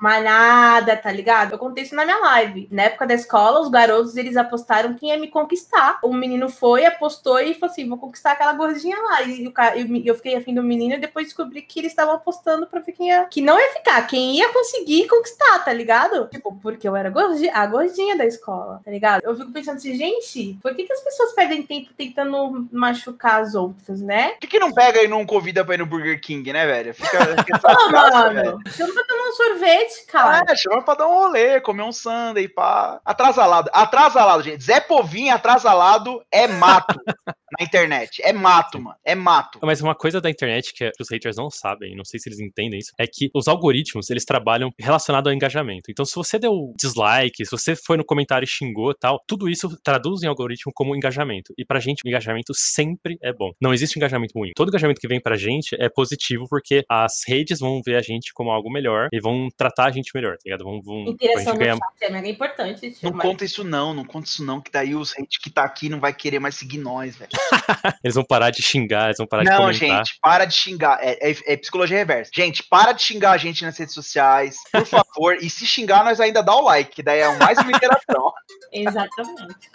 manada, tá ligado? Eu contei isso na minha live. Na época da escola, os garotos, eles apostaram quem ia me conquistar. O menino foi, apostou e falou assim, vou conquistar aquela gordinha lá. E o cara, eu, eu fiquei afim do menino e depois descobri que eles estavam apostando pra ver quem ia... Que não ia ficar, quem ia conseguir conquistar, tá ligado? Tipo, porque eu era gordinha, a gordinha da escola, tá ligado? Eu fico pensando assim, gente, por que, que as pessoas perdem tempo tentando machucar as outras, né? Por que, que não pega e não convida pra ir no Burger King, né, velho? Fica, fica Pô, essa graça, velho. mano, chama pra tomar um sorvete, cara. É, chama pra dar um rolê, comer um sundae, pá. Atrasalado. Atrasalado, gente. Zé Povinho atrasalado é mato na internet. É mato, mano. É mato. Mas uma coisa da internet que os haters não sabem, não sei se eles entendem isso, é que os algoritmos, eles trabalham relacionado ao engajamento. Então, se você deu dislike, se você foi no comentário e xingou e tal, tudo isso traduz em algoritmo como engajamento. E pra gente, o engajamento sempre é bom. Não existe engajamento ruim. Todo engajamento que vem pra gente é positivo porque as redes vão ver a gente como algo melhor e vão tratar a gente melhor, tá ligado? Vão, vão, a Interação gente no ganha... chat é mega importante. Tio, Não mas- conta isso não, não conta isso não, que daí os hate que tá aqui não vai querer mais seguir nós, velho. Eles vão parar de xingar, eles vão parar de Não, comentar. gente, para de xingar. É, é- é psicologia reversa. Gente, para de xingar a gente nas redes sociais, por favor. E se xingar, nós ainda dá o like, que daí é mais uma interação. Exatamente.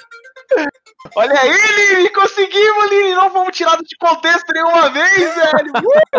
Olha aí, Lili, conseguimos, Lili. Não vamos tirar de contexto nenhuma vez, velho.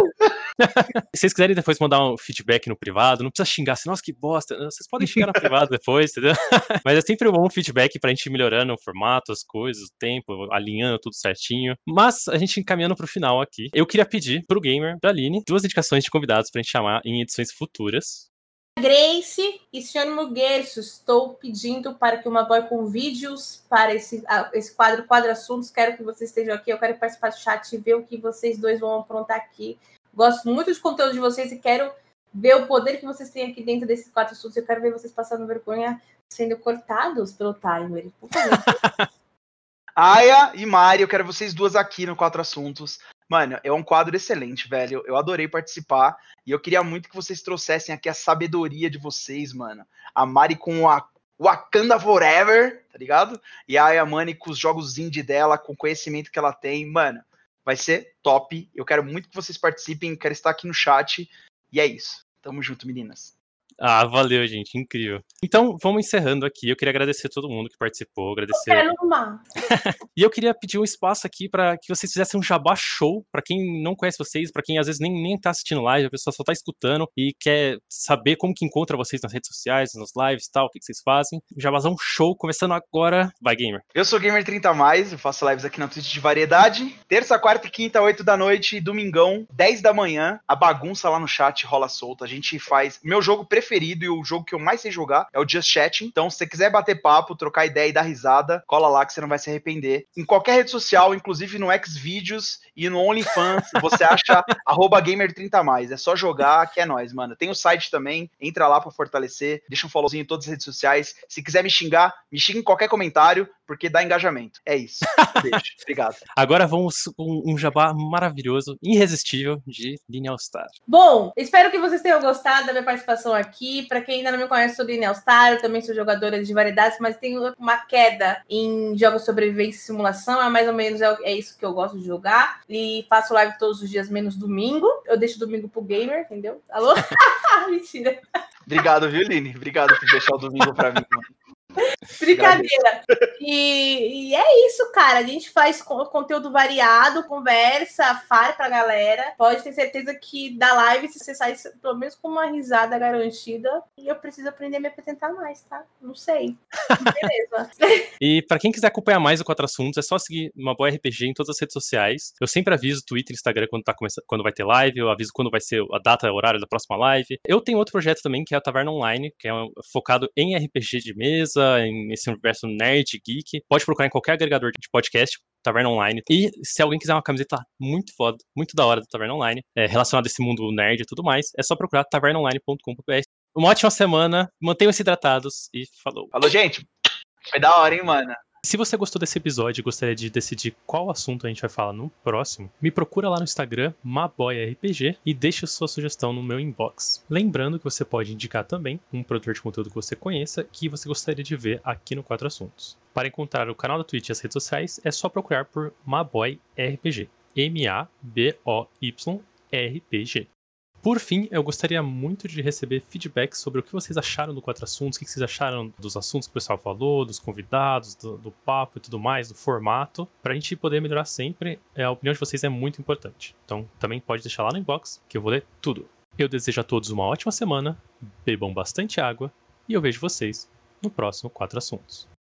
Uh! Se vocês quiserem depois mandar um feedback no privado, não precisa xingar assim, nossa, que bosta. Vocês podem xingar no privado depois, entendeu? Mas é sempre bom um feedback pra gente ir melhorando o formato, as coisas, o tempo, alinhando tudo certinho. Mas a gente encaminhando pro final aqui, eu queria pedir pro Gamer, pra Aline, duas indicações de convidados pra gente chamar em edições futuras. Grace e senhor Muguerço, estou pedindo para que uma boy com vídeos para esse, esse quadro, quadro assuntos. Quero que vocês estejam aqui, eu quero participar do chat e ver o que vocês dois vão aprontar aqui. Gosto muito do conteúdo de vocês e quero ver o poder que vocês têm aqui dentro desses quatro assuntos. Eu quero ver vocês passando vergonha sendo cortados pelo timer. Por favor. Aya e Mari, eu quero vocês duas aqui no Quatro Assuntos. Mano, é um quadro excelente, velho. Eu adorei participar. E eu queria muito que vocês trouxessem aqui a sabedoria de vocês, mano. A Mari com a Wakanda Forever, tá ligado? E a Aya Mani com os jogos indie dela, com o conhecimento que ela tem. Mano, vai ser top. Eu quero muito que vocês participem. Quero estar aqui no chat. E é isso. Tamo junto, meninas. Ah, valeu, gente, incrível. Então, vamos encerrando aqui. Eu queria agradecer a todo mundo que participou, agradecer. Eu quero uma. E eu queria pedir um espaço aqui para que vocês fizessem um jabá show para quem não conhece vocês, para quem às vezes nem, nem tá assistindo live, a pessoa só tá escutando e quer saber como que encontra vocês nas redes sociais, nas lives e tal, o que, que vocês fazem. Jabazão show, começando agora. Vai, Gamer. Eu sou Gamer trinta mais, eu faço lives aqui na Twitch de variedade. Terça, quarta e quinta, oito da noite, domingão, dez da manhã. A bagunça lá no chat rola solta. A gente faz... Meu jogo preferido e o jogo que eu mais sei jogar é o Just Chatting. Então, se você quiser bater papo, trocar ideia e dar risada, cola lá que você não vai se arrepender. Em qualquer rede social, inclusive no Xvideos e no OnlyFans, você acha arroba Gamer trinta mais. É só jogar que é nóis, mano. Tem o site também, entra lá pra fortalecer, deixa um followzinho em todas as redes sociais. Se quiser me xingar, me xinga em qualquer comentário, porque dá engajamento. É isso. Beijo. Obrigado. Agora vamos com um jabá maravilhoso, irresistível, de Lineal Star. Bom, espero que vocês tenham gostado da minha participação aqui. Para quem ainda não me conhece, sou Lineal Star, eu também sou jogadora de variedades, mas tenho uma queda em jogos de sobrevivência e simulação. É mais ou menos é, é isso que eu gosto de jogar. E faço live todos os dias, menos domingo. Eu deixo domingo pro gamer, entendeu? Alô? Mentira. Obrigado, viu, Line? Obrigado por deixar o domingo pra mim, mano. Brincadeira. E, e é isso, cara. A gente faz conteúdo variado, conversa, fale pra galera. Pode ter certeza que da live, se você sair pelo menos com uma risada garantida, e eu preciso aprender a me apresentar mais, tá? Não sei. Beleza. E pra quem quiser acompanhar mais o Quatro Assuntos, é só seguir uma boa R P G em todas as redes sociais. Eu sempre aviso Twitter, Instagram quando, tá começando, quando vai ter live, eu aviso quando vai ser a data, o horário da próxima live. Eu tenho outro projeto também, que é a Taverna Online, que é focado em R P G de mesa, nesse universo nerd, geek. Pode procurar em qualquer agregador de podcast, Taverna Online. E se alguém quiser uma camiseta muito foda, muito da hora da Taverna Online, é, relacionada a esse mundo nerd e tudo mais, é só procurar taverna online ponto com ponto b r. Uma ótima semana, mantenham-se hidratados e falou. Falou, gente. Foi da hora, hein, mano. Se você gostou desse episódio e gostaria de decidir qual assunto a gente vai falar no próximo, me procura lá no Instagram, maboyrpg, e deixa sua sugestão no meu inbox. Lembrando que você pode indicar também um produtor de conteúdo que você conheça que você gostaria de ver aqui no Quatro Assuntos. Para encontrar o canal da Twitch e as redes sociais, é só procurar por maboyrpg. M A B O Y R P G. Por fim, eu gostaria muito de receber feedback sobre o que vocês acharam do Quatro Assuntos, o que vocês acharam dos assuntos que o pessoal falou, dos convidados, do, do papo e tudo mais, do formato, pra gente poder melhorar sempre. A opinião de vocês é muito importante. Então, também pode deixar lá no inbox, que eu vou ler tudo. Eu desejo a todos uma ótima semana, bebam bastante água, e eu vejo vocês no próximo Quatro Assuntos.